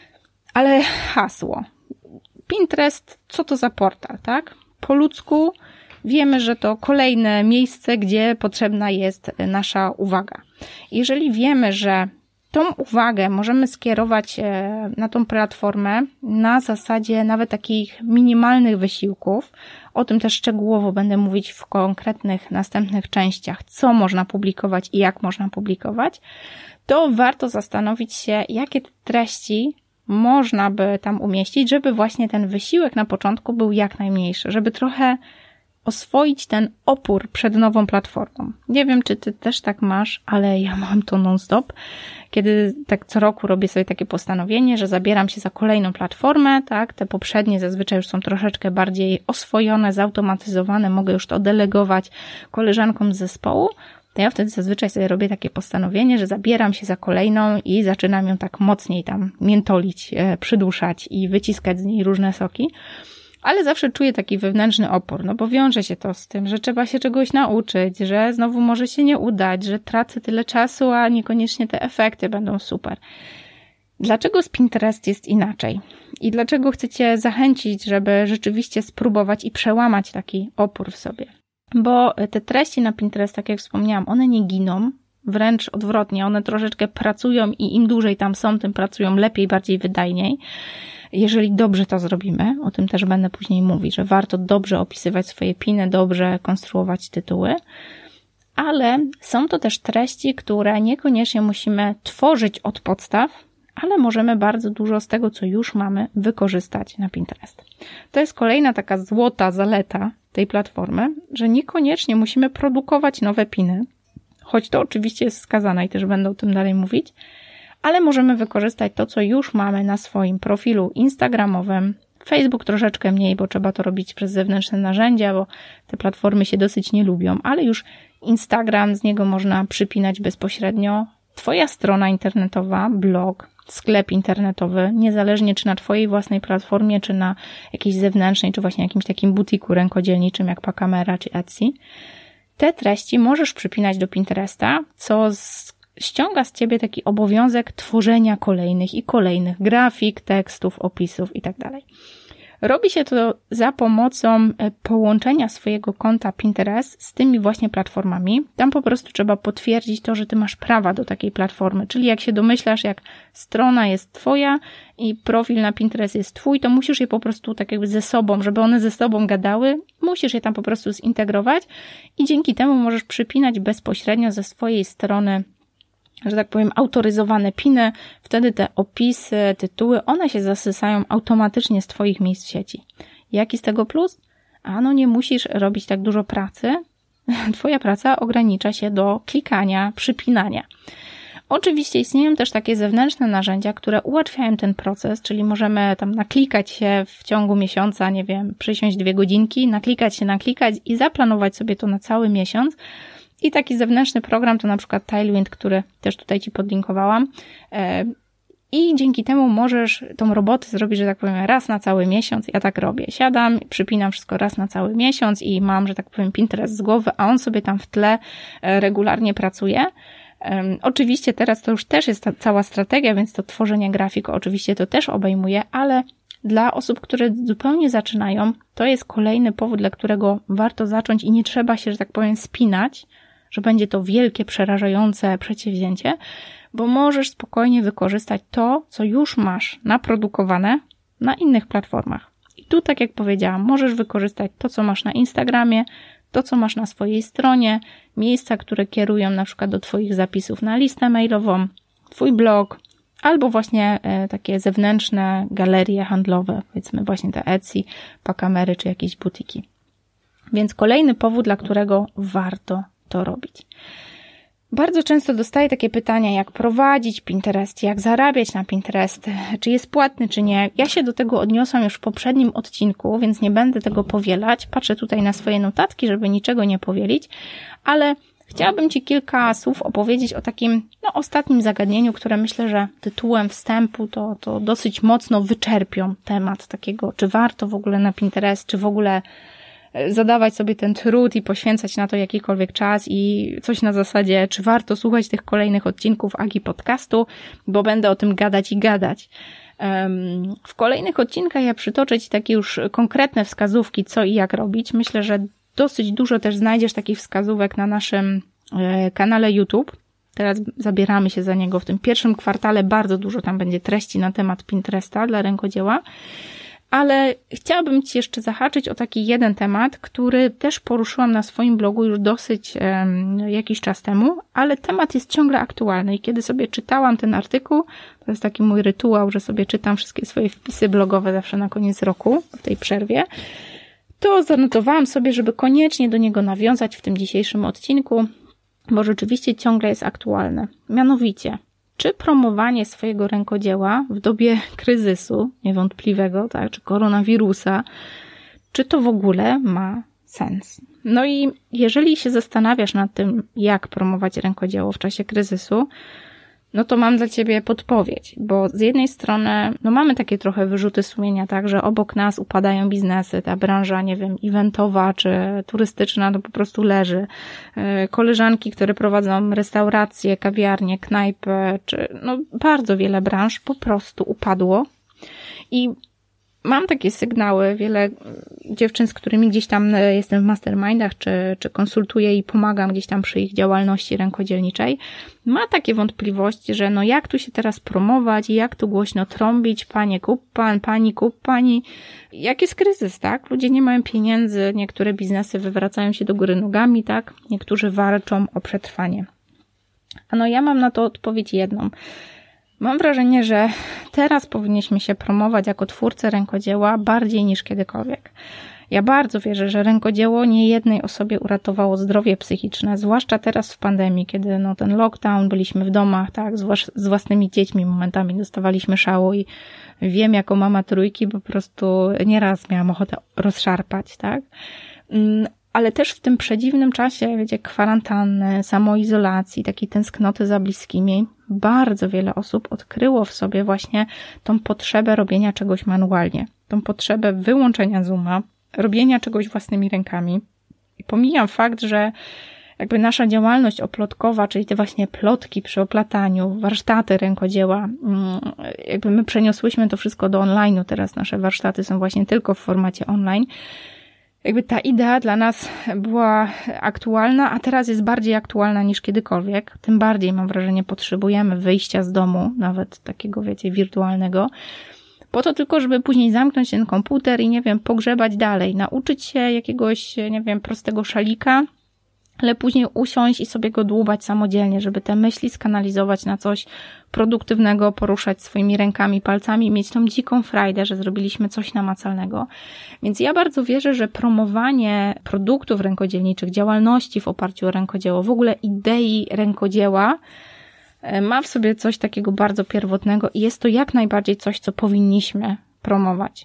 S2: Ale hasło. Pinterest, co to za portal, tak? Po ludzku wiemy, że to kolejne miejsce, gdzie potrzebna jest nasza uwaga. Jeżeli wiemy, że tą uwagę możemy skierować na tą platformę na zasadzie nawet takich minimalnych wysiłków, o tym też szczegółowo będę mówić w konkretnych następnych częściach, co można publikować i jak można publikować, to warto zastanowić się, jakie treści można by tam umieścić, żeby właśnie ten wysiłek na początku był jak najmniejszy, żeby trochę oswoić ten opór przed nową platformą. Nie wiem, czy ty też tak masz, ale ja mam to non-stop, kiedy tak co roku robię sobie takie postanowienie, że zabieram się za kolejną platformę, tak, te poprzednie zazwyczaj już są troszeczkę bardziej oswojone, zautomatyzowane, mogę już to delegować koleżankom z zespołu, to ja wtedy zazwyczaj sobie robię takie postanowienie, że zabieram się za kolejną i zaczynam ją tak mocniej tam miętolić, przyduszać i wyciskać z niej różne soki. Ale zawsze czuję taki wewnętrzny opór, no bo wiąże się to z tym, że trzeba się czegoś nauczyć, że znowu może się nie udać, że tracę tyle czasu, a niekoniecznie te efekty będą super. Dlaczego z Pinterest jest inaczej? I dlaczego chcę Cię zachęcić, żeby rzeczywiście spróbować i przełamać taki opór w sobie? Bo te treści na Pinterest, tak jak wspomniałam, one nie giną, wręcz odwrotnie, one troszeczkę pracują i im dłużej tam są, tym pracują lepiej, bardziej wydajniej. Jeżeli dobrze to zrobimy, o tym też będę później mówić, że warto dobrze opisywać swoje piny, dobrze konstruować tytuły, ale są to też treści, które niekoniecznie musimy tworzyć od podstaw, ale możemy bardzo dużo z tego, co już mamy, wykorzystać na Pinterest. To jest kolejna taka złota zaleta tej platformy, że niekoniecznie musimy produkować nowe piny, choć to oczywiście jest wskazane i też będę o tym dalej mówić, ale możemy wykorzystać to, co już mamy na swoim profilu instagramowym. Facebook troszeczkę mniej, bo trzeba to robić przez zewnętrzne narzędzia, bo te platformy się dosyć nie lubią, ale już Instagram, z niego można przypinać bezpośrednio. Twoja strona internetowa, blog, sklep internetowy, niezależnie czy na Twojej własnej platformie, czy na jakiejś zewnętrznej, czy właśnie jakimś takim butiku rękodzielniczym jak Pacamera czy Etsy. Te treści możesz przypinać do Pinteresta, co z ściąga z Ciebie taki obowiązek tworzenia kolejnych i kolejnych grafik, tekstów, opisów itd. Robi się to za pomocą połączenia swojego konta Pinterest z tymi właśnie platformami. Tam po prostu trzeba potwierdzić to, że ty masz prawa do takiej platformy. Czyli jak się domyślasz, jak strona jest twoja i profil na Pinterest jest twój, to musisz je po prostu tak jakby ze sobą, żeby one ze sobą gadały, musisz je tam po prostu zintegrować i dzięki temu możesz przypinać bezpośrednio ze swojej strony, że tak powiem, autoryzowane piny, wtedy te opisy, tytuły, one się zasysają automatycznie z twoich miejsc w sieci. Jaki z tego plus? A no nie musisz robić tak dużo pracy. Twoja praca ogranicza się do klikania, przypinania. Oczywiście istnieją też takie zewnętrzne narzędzia, które ułatwiają ten proces, czyli możemy tam naklikać się w ciągu miesiąca, nie wiem, przysiąść dwie godzinki, naklikać się, naklikać i zaplanować sobie to na cały miesiąc. I taki zewnętrzny program to na przykład Tailwind, który też tutaj Ci podlinkowałam. I dzięki temu możesz tą robotę zrobić, że tak powiem, raz na cały miesiąc. Ja tak robię. Siadam, przypinam wszystko raz na cały miesiąc i mam, że tak powiem, Pinterest z głowy, a on sobie tam w tle regularnie pracuje. Um, oczywiście teraz to już też jest ta cała strategia, więc to tworzenie grafik oczywiście to też obejmuje, ale dla osób, które zupełnie zaczynają, to jest kolejny powód, dla którego warto zacząć i nie trzeba się, że tak powiem, spinać, że będzie to wielkie, przerażające przedsięwzięcie, bo możesz spokojnie wykorzystać to, co już masz naprodukowane na innych platformach. I tu, tak jak powiedziałam, możesz wykorzystać to, co masz na Instagramie, to, co masz na swojej stronie, miejsca, które kierują na przykład do Twoich zapisów na listę mailową, Twój blog, albo właśnie e, takie zewnętrzne galerie handlowe, powiedzmy właśnie te Etsy, Pakamery czy jakieś butiki. Więc kolejny powód, dla którego warto to robić. Bardzo często dostaję takie pytania, jak prowadzić Pinterest, jak zarabiać na Pinterest, czy jest płatny, czy nie. Ja się do tego odniosłam już w poprzednim odcinku, więc nie będę tego powielać. Patrzę tutaj na swoje notatki, żeby niczego nie powielić, ale chciałabym Ci kilka słów opowiedzieć o takim no, ostatnim zagadnieniu, które myślę, że tytułem wstępu to, to dosyć mocno wyczerpią temat takiego, czy warto w ogóle na Pinterest, czy w ogóle zadawać sobie ten trud i poświęcać na to jakikolwiek czas i coś na zasadzie, czy warto słuchać tych kolejnych odcinków Agi Podcastu, bo będę o tym gadać i gadać. W kolejnych odcinkach ja przytoczę Ci takie już konkretne wskazówki, co i jak robić. Myślę, że dosyć dużo też znajdziesz takich wskazówek na naszym kanale YouTube. Teraz zabieramy się za niego w tym pierwszym kwartale. Bardzo dużo tam będzie treści na temat Pinteresta dla rękodzieła. Ale chciałabym Ci jeszcze zahaczyć o taki jeden temat, który też poruszyłam na swoim blogu już dosyć um, jakiś czas temu, ale temat jest ciągle aktualny i kiedy sobie czytałam ten artykuł, to jest taki mój rytuał, że sobie czytam wszystkie swoje wpisy blogowe zawsze na koniec roku, w tej przerwie, to zanotowałam sobie, żeby koniecznie do niego nawiązać w tym dzisiejszym odcinku, bo rzeczywiście ciągle jest aktualne. Mianowicie, czy promowanie swojego rękodzieła w dobie kryzysu niewątpliwego, tak, czy koronawirusa, czy to w ogóle ma sens? No i jeżeli się zastanawiasz nad tym, jak promować rękodzieło w czasie kryzysu, no to mam dla Ciebie podpowiedź, bo z jednej strony, no mamy takie trochę wyrzuty sumienia, tak, że obok nas upadają biznesy, ta branża, nie wiem, eventowa czy turystyczna, to po prostu leży. Koleżanki, które prowadzą restauracje, kawiarnie, knajpy, czy no bardzo wiele branż po prostu upadło i mam takie sygnały, wiele dziewczyn, z którymi gdzieś tam jestem w mastermindach, czy, czy konsultuję i pomagam gdzieś tam przy ich działalności rękodzielniczej, ma takie wątpliwości, że no jak tu się teraz promować i jak tu głośno trąbić, panie kup pan, pani kup pani. Jak jest kryzys, tak? Ludzie nie mają pieniędzy, niektóre biznesy wywracają się do góry nogami, tak? Niektórzy walczą o przetrwanie. A no ja mam na to odpowiedź jedną. Mam wrażenie, że teraz powinniśmy się promować jako twórcy rękodzieła bardziej niż kiedykolwiek. Ja bardzo wierzę, że rękodzieło niejednej osobie uratowało zdrowie psychiczne, zwłaszcza teraz w pandemii, kiedy no ten lockdown, byliśmy w domach, tak, z własnymi dziećmi momentami dostawaliśmy szału i wiem, jako mama trójki po prostu nieraz miałam ochotę rozszarpać, tak. Ale też w tym przedziwnym czasie, wiecie, kwarantanny, samoizolacji, takiej tęsknoty za bliskimi, bardzo wiele osób odkryło w sobie właśnie tą potrzebę robienia czegoś manualnie, tą potrzebę wyłączenia Zooma, robienia czegoś własnymi rękami. I pomijam fakt, że jakby nasza działalność oplotkowa, czyli te właśnie plotki przy oplataniu, warsztaty rękodzieła, jakby my przeniosłyśmy to wszystko do online'u, teraz nasze warsztaty są właśnie tylko w formacie online. Jakby ta idea dla nas była aktualna, a teraz jest bardziej aktualna niż kiedykolwiek. Tym bardziej, mam wrażenie, potrzebujemy wyjścia z domu, nawet takiego, wiecie, wirtualnego, po to tylko, żeby później zamknąć ten komputer i, nie wiem, pogrzebać dalej, nauczyć się jakiegoś, nie wiem, prostego szalika, ale później usiąść i sobie go dłubać samodzielnie, żeby te myśli skanalizować na coś produktywnego, poruszać swoimi rękami, palcami, mieć tą dziką frajdę, że zrobiliśmy coś namacalnego. Więc ja bardzo wierzę, że promowanie produktów rękodzielniczych, działalności w oparciu o rękodzieło, w ogóle idei rękodzieła ma w sobie coś takiego bardzo pierwotnego i jest to jak najbardziej coś, co powinniśmy promować.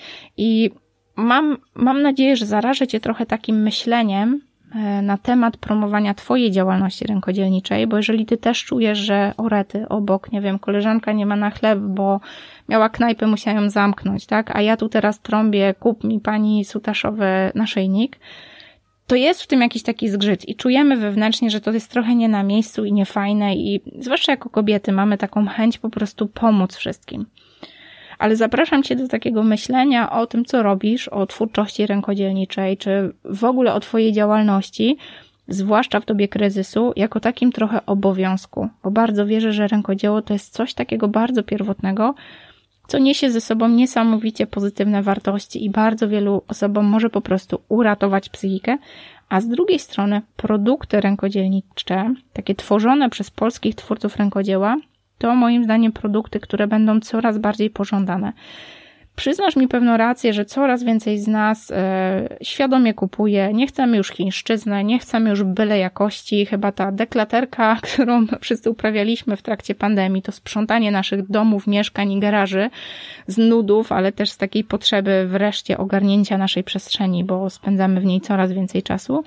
S2: I mam, mam nadzieję, że zarażę Cię trochę takim myśleniem na temat promowania Twojej działalności rękodzielniczej, bo jeżeli Ty też czujesz, że o rety, obok, nie wiem, koleżanka nie ma na chleb, bo miała knajpę, musiała ją zamknąć, tak? A ja tu teraz trąbię, kup mi pani sutaszowy naszyjnik, to jest w tym jakiś taki zgrzyt i czujemy wewnętrznie, że to jest trochę nie na miejscu i niefajne i zwłaszcza jako kobiety mamy taką chęć po prostu pomóc wszystkim. Ale zapraszam Cię do takiego myślenia o tym, co robisz, o twórczości rękodzielniczej, czy w ogóle o Twojej działalności, zwłaszcza w dobie kryzysu, jako takim trochę obowiązku, bo bardzo wierzę, że rękodzieło to jest coś takiego bardzo pierwotnego, co niesie ze sobą niesamowicie pozytywne wartości i bardzo wielu osobom może po prostu uratować psychikę, a z drugiej strony produkty rękodzielnicze, takie tworzone przez polskich twórców rękodzieła, to moim zdaniem produkty, które będą coraz bardziej pożądane. Przyznasz mi pewną rację, że coraz więcej z nas e, świadomie kupuje, nie chcemy już chińszczyzny, nie chcemy już byle jakości, chyba ta deklaterka, którą wszyscy uprawialiśmy w trakcie pandemii, to sprzątanie naszych domów, mieszkań i garaży z nudów, ale też z takiej potrzeby wreszcie ogarnięcia naszej przestrzeni, bo spędzamy w niej coraz więcej czasu,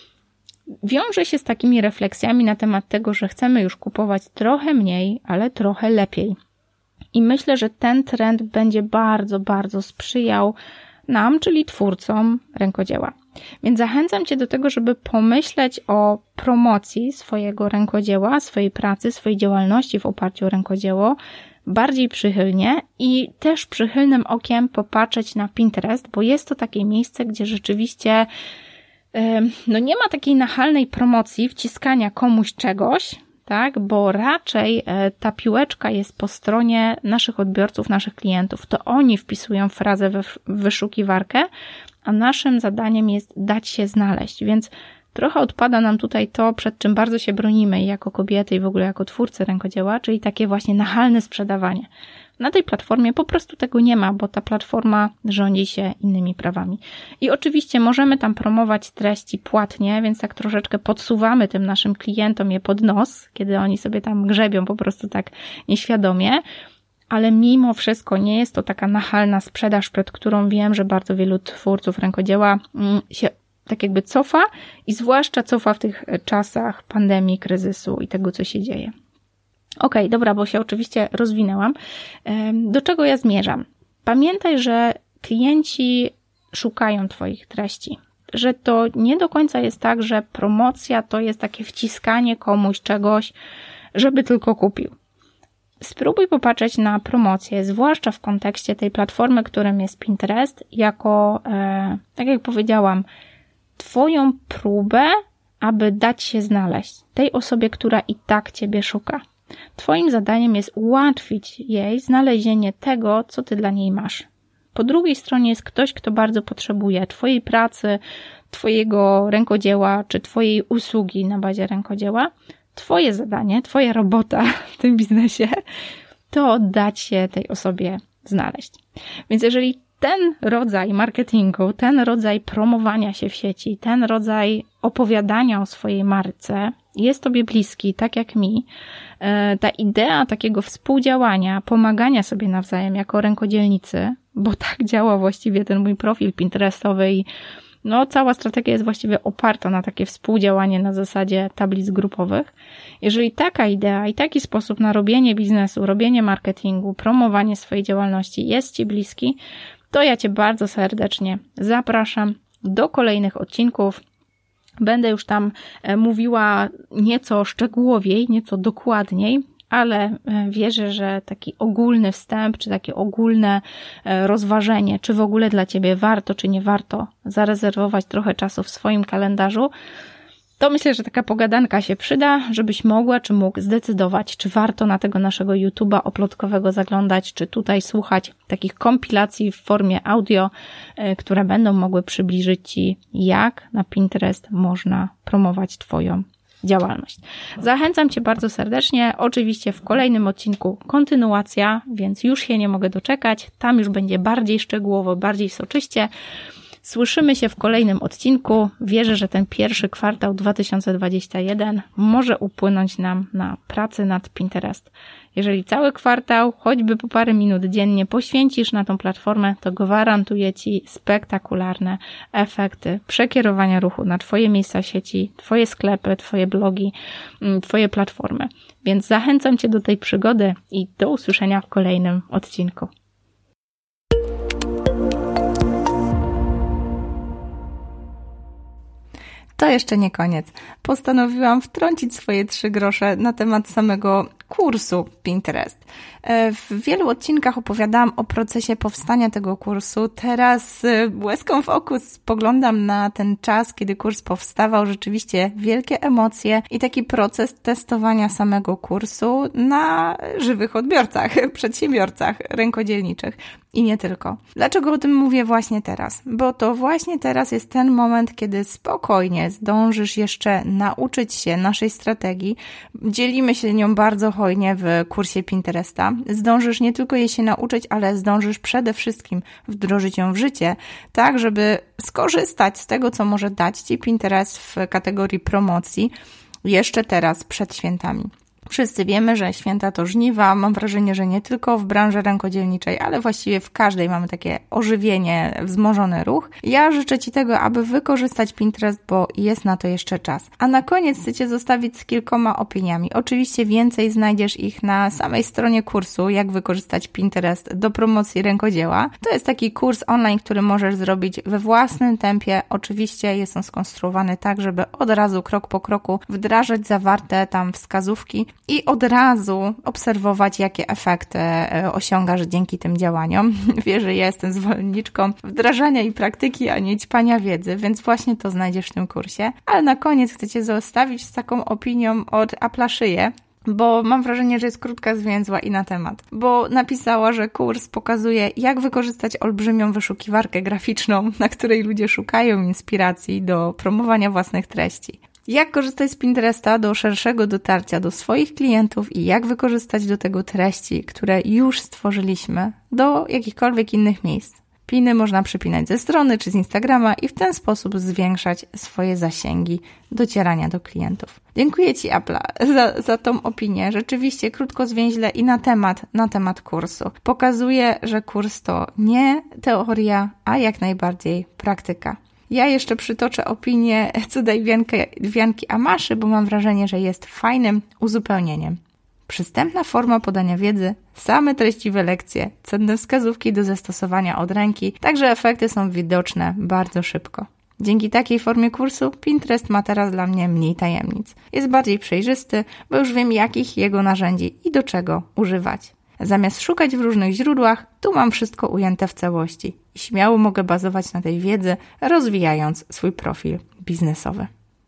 S2: wiąże się z takimi refleksjami na temat tego, że chcemy już kupować trochę mniej, ale trochę lepiej. I myślę, że ten trend będzie bardzo, bardzo sprzyjał nam, czyli twórcom rękodzieła. Więc zachęcam Cię do tego, żeby pomyśleć o promocji swojego rękodzieła, swojej pracy, swojej działalności w oparciu o rękodzieło bardziej przychylnie i też przychylnym okiem popatrzeć na Pinterest, bo jest to takie miejsce, gdzie rzeczywiście no nie ma takiej nachalnej promocji, wciskania komuś czegoś, tak, bo raczej ta piłeczka jest po stronie naszych odbiorców, naszych klientów. To oni wpisują frazę w wyszukiwarkę, a naszym zadaniem jest dać się znaleźć, więc trochę odpada nam tutaj to, przed czym bardzo się bronimy jako kobiety i w ogóle jako twórcy rękodzieła, czyli takie właśnie nachalne sprzedawanie. Na tej platformie po prostu tego nie ma, bo ta platforma rządzi się innymi prawami. I oczywiście możemy tam promować treści płatnie, więc tak troszeczkę podsuwamy tym naszym klientom je pod nos, kiedy oni sobie tam grzebią po prostu tak nieświadomie, ale mimo wszystko nie jest to taka nachalna sprzedaż, przed którą wiem, że bardzo wielu twórców rękodzieła się tak jakby cofa i zwłaszcza cofa w tych czasach pandemii, kryzysu i tego, co się dzieje. Okej, okay, dobra, bo się oczywiście rozwinęłam. Do czego ja zmierzam? Pamiętaj, że klienci szukają Twoich treści. Że to nie do końca jest tak, że promocja to jest takie wciskanie komuś czegoś, żeby tylko kupił. Spróbuj popatrzeć na promocję, zwłaszcza w kontekście tej platformy, którym jest Pinterest, jako, e, tak jak powiedziałam, Twoją próbę, aby dać się znaleźć tej osobie, która i tak Ciebie szuka. Twoim zadaniem jest ułatwić jej znalezienie tego, co Ty dla niej masz. Po drugiej stronie jest ktoś, kto bardzo potrzebuje Twojej pracy, Twojego rękodzieła, czy Twojej usługi na bazie rękodzieła. Twoje zadanie, Twoja robota w tym biznesie to dać się tej osobie znaleźć. Więc jeżeli ten rodzaj marketingu, ten rodzaj promowania się w sieci, ten rodzaj opowiadania o swojej marce jest Tobie bliski, tak jak mi, ta idea takiego współdziałania, pomagania sobie nawzajem jako rękodzielnicy, bo tak działa właściwie ten mój profil pinterestowy i no, cała strategia jest właściwie oparta na takie współdziałanie na zasadzie tablic grupowych. Jeżeli taka idea i taki sposób na robienie biznesu, robienie marketingu, promowanie swojej działalności jest Ci bliski, to ja Cię bardzo serdecznie zapraszam do kolejnych odcinków. Będę już tam mówiła nieco szczegółowiej, nieco dokładniej, ale wierzę, że taki ogólny wstęp, czy takie ogólne rozważenie, czy w ogóle dla Ciebie warto, czy nie warto zarezerwować trochę czasu w swoim kalendarzu, to myślę, że taka pogadanka się przyda, żebyś mogła, czy mógł zdecydować, czy warto na tego naszego YouTube'a oplotkowego zaglądać, czy tutaj słuchać takich kompilacji w formie audio, które będą mogły przybliżyć Ci, jak na Pinterest można promować Twoją działalność. Zachęcam Cię bardzo serdecznie. Oczywiście w kolejnym odcinku kontynuacja, więc już się nie mogę doczekać. Tam już będzie bardziej szczegółowo, bardziej soczyście. Słyszymy się w kolejnym odcinku. Wierzę, że ten pierwszy kwartał dwa tysiące dwudziesty pierwszy może upłynąć nam na pracę nad Pinterest. Jeżeli cały kwartał, choćby po parę minut dziennie poświęcisz na tą platformę, to gwarantuję Ci spektakularne efekty przekierowania ruchu na Twoje miejsca sieci, Twoje sklepy, Twoje blogi, Twoje platformy. Więc zachęcam Cię do tej przygody i do usłyszenia w kolejnym odcinku.
S1: To jeszcze nie koniec. Postanowiłam wtrącić swoje trzy grosze na temat samego kursu Pinterest. W wielu odcinkach opowiadałam o procesie powstania tego kursu. Teraz łezką w oku spoglądam na ten czas, kiedy kurs powstawał. Rzeczywiście wielkie emocje i taki proces testowania samego kursu na żywych odbiorcach, przedsiębiorcach rękodzielniczych. I nie tylko. Dlaczego o tym mówię właśnie teraz? Bo to właśnie teraz jest ten moment, kiedy spokojnie zdążysz jeszcze nauczyć się naszej strategii. Dzielimy się nią bardzo hojnie w kursie Pinteresta. Zdążysz nie tylko jej się nauczyć, ale zdążysz przede wszystkim wdrożyć ją w życie, tak żeby skorzystać z tego, co może dać Ci Pinterest w kategorii promocji jeszcze teraz, przed świętami. Wszyscy wiemy, że święta to żniwa. Mam wrażenie, że nie tylko w branży rękodzielniczej, ale właściwie w każdej mamy takie ożywienie, wzmożony ruch. Ja życzę Ci tego, aby wykorzystać Pinterest, bo jest na to jeszcze czas. A na koniec chcę Cię zostawić z kilkoma opiniami. Oczywiście więcej znajdziesz ich na samej stronie kursu, jak wykorzystać Pinterest do promocji rękodzieła. To jest taki kurs online, który możesz zrobić we własnym tempie. Oczywiście jest on skonstruowany tak, żeby od razu, krok po kroku wdrażać zawarte tam wskazówki i od razu obserwować, jakie efekty osiągasz dzięki tym działaniom. Wiesz, że ja jestem zwolenniczką wdrażania i praktyki, a nie ćpania wiedzy, więc właśnie to znajdziesz w tym kursie. Ale na koniec chcę Cię zostawić z taką opinią od Aplaszyje, bo mam wrażenie, że jest krótka, zwięzła i na temat. Bo napisała, że kurs pokazuje, jak wykorzystać olbrzymią wyszukiwarkę graficzną, na której ludzie szukają inspiracji do promowania własnych treści. Jak korzystać z Pinteresta do szerszego dotarcia do swoich klientów i jak wykorzystać do tego treści, które już stworzyliśmy, do jakichkolwiek innych miejsc. Piny można przypinać ze strony czy z Instagrama i w ten sposób zwiększać swoje zasięgi docierania do klientów. Dziękuję Ci, Apla, za, za tą opinię. Rzeczywiście krótko, zwięźle i na temat, na temat kursu. Pokazuje, że kurs to nie teoria, a jak najbardziej praktyka. Ja jeszcze przytoczę opinię cuda i wianki, wianki Amaszy, bo mam wrażenie, że jest fajnym uzupełnieniem. Przystępna forma podania wiedzy, same treściwe lekcje, cenne wskazówki do zastosowania od ręki, także efekty są widoczne bardzo szybko. Dzięki takiej formie kursu Pinterest ma teraz dla mnie mniej tajemnic. Jest bardziej przejrzysty, bo już wiem, jakich jego narzędzi i do czego używać. Zamiast szukać w różnych źródłach, tu mam wszystko ujęte w całości i śmiało mogę bazować na tej wiedzy, rozwijając swój profil biznesowy.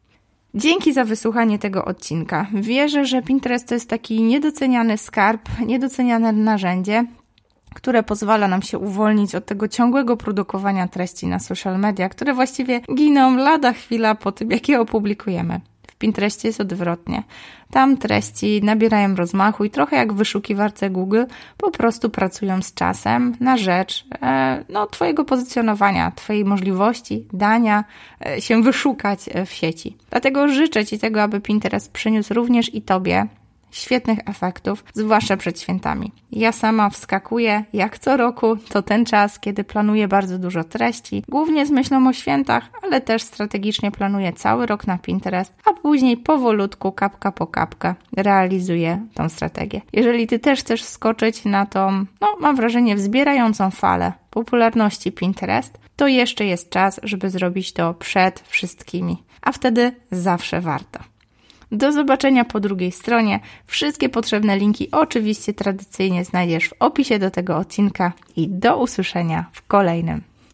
S1: Dzięki za wysłuchanie tego odcinka. Wierzę, że Pinterest to jest taki niedoceniany skarb, niedoceniane narzędzie, które pozwala nam się uwolnić od tego ciągłego produkowania treści na social media, które właściwie giną lada chwila po tym, jak je opublikujemy. W Pinterestie jest odwrotnie. Tam treści nabierają rozmachu i trochę jak w wyszukiwarce Google po prostu pracują z czasem na rzecz e, no, Twojego pozycjonowania, Twojej możliwości dania e, się wyszukać w sieci. Dlatego życzę Ci tego, aby Pinterest przyniósł również i Tobie świetnych efektów, zwłaszcza przed świętami. Ja sama wskakuję, jak co roku, to ten czas, kiedy planuję bardzo dużo treści, głównie z myślą o świętach, ale też strategicznie planuję cały rok na Pinterest, a później powolutku, kapka po kapka realizuję tą strategię. Jeżeli Ty też chcesz wskoczyć na tą, no mam wrażenie, wzbierającą falę popularności Pinterest, to jeszcze jest czas, żeby zrobić to przed wszystkimi, a wtedy zawsze warto. Do zobaczenia po drugiej stronie. Wszystkie potrzebne linki oczywiście tradycyjnie znajdziesz w opisie do tego odcinka i do usłyszenia w kolejnym.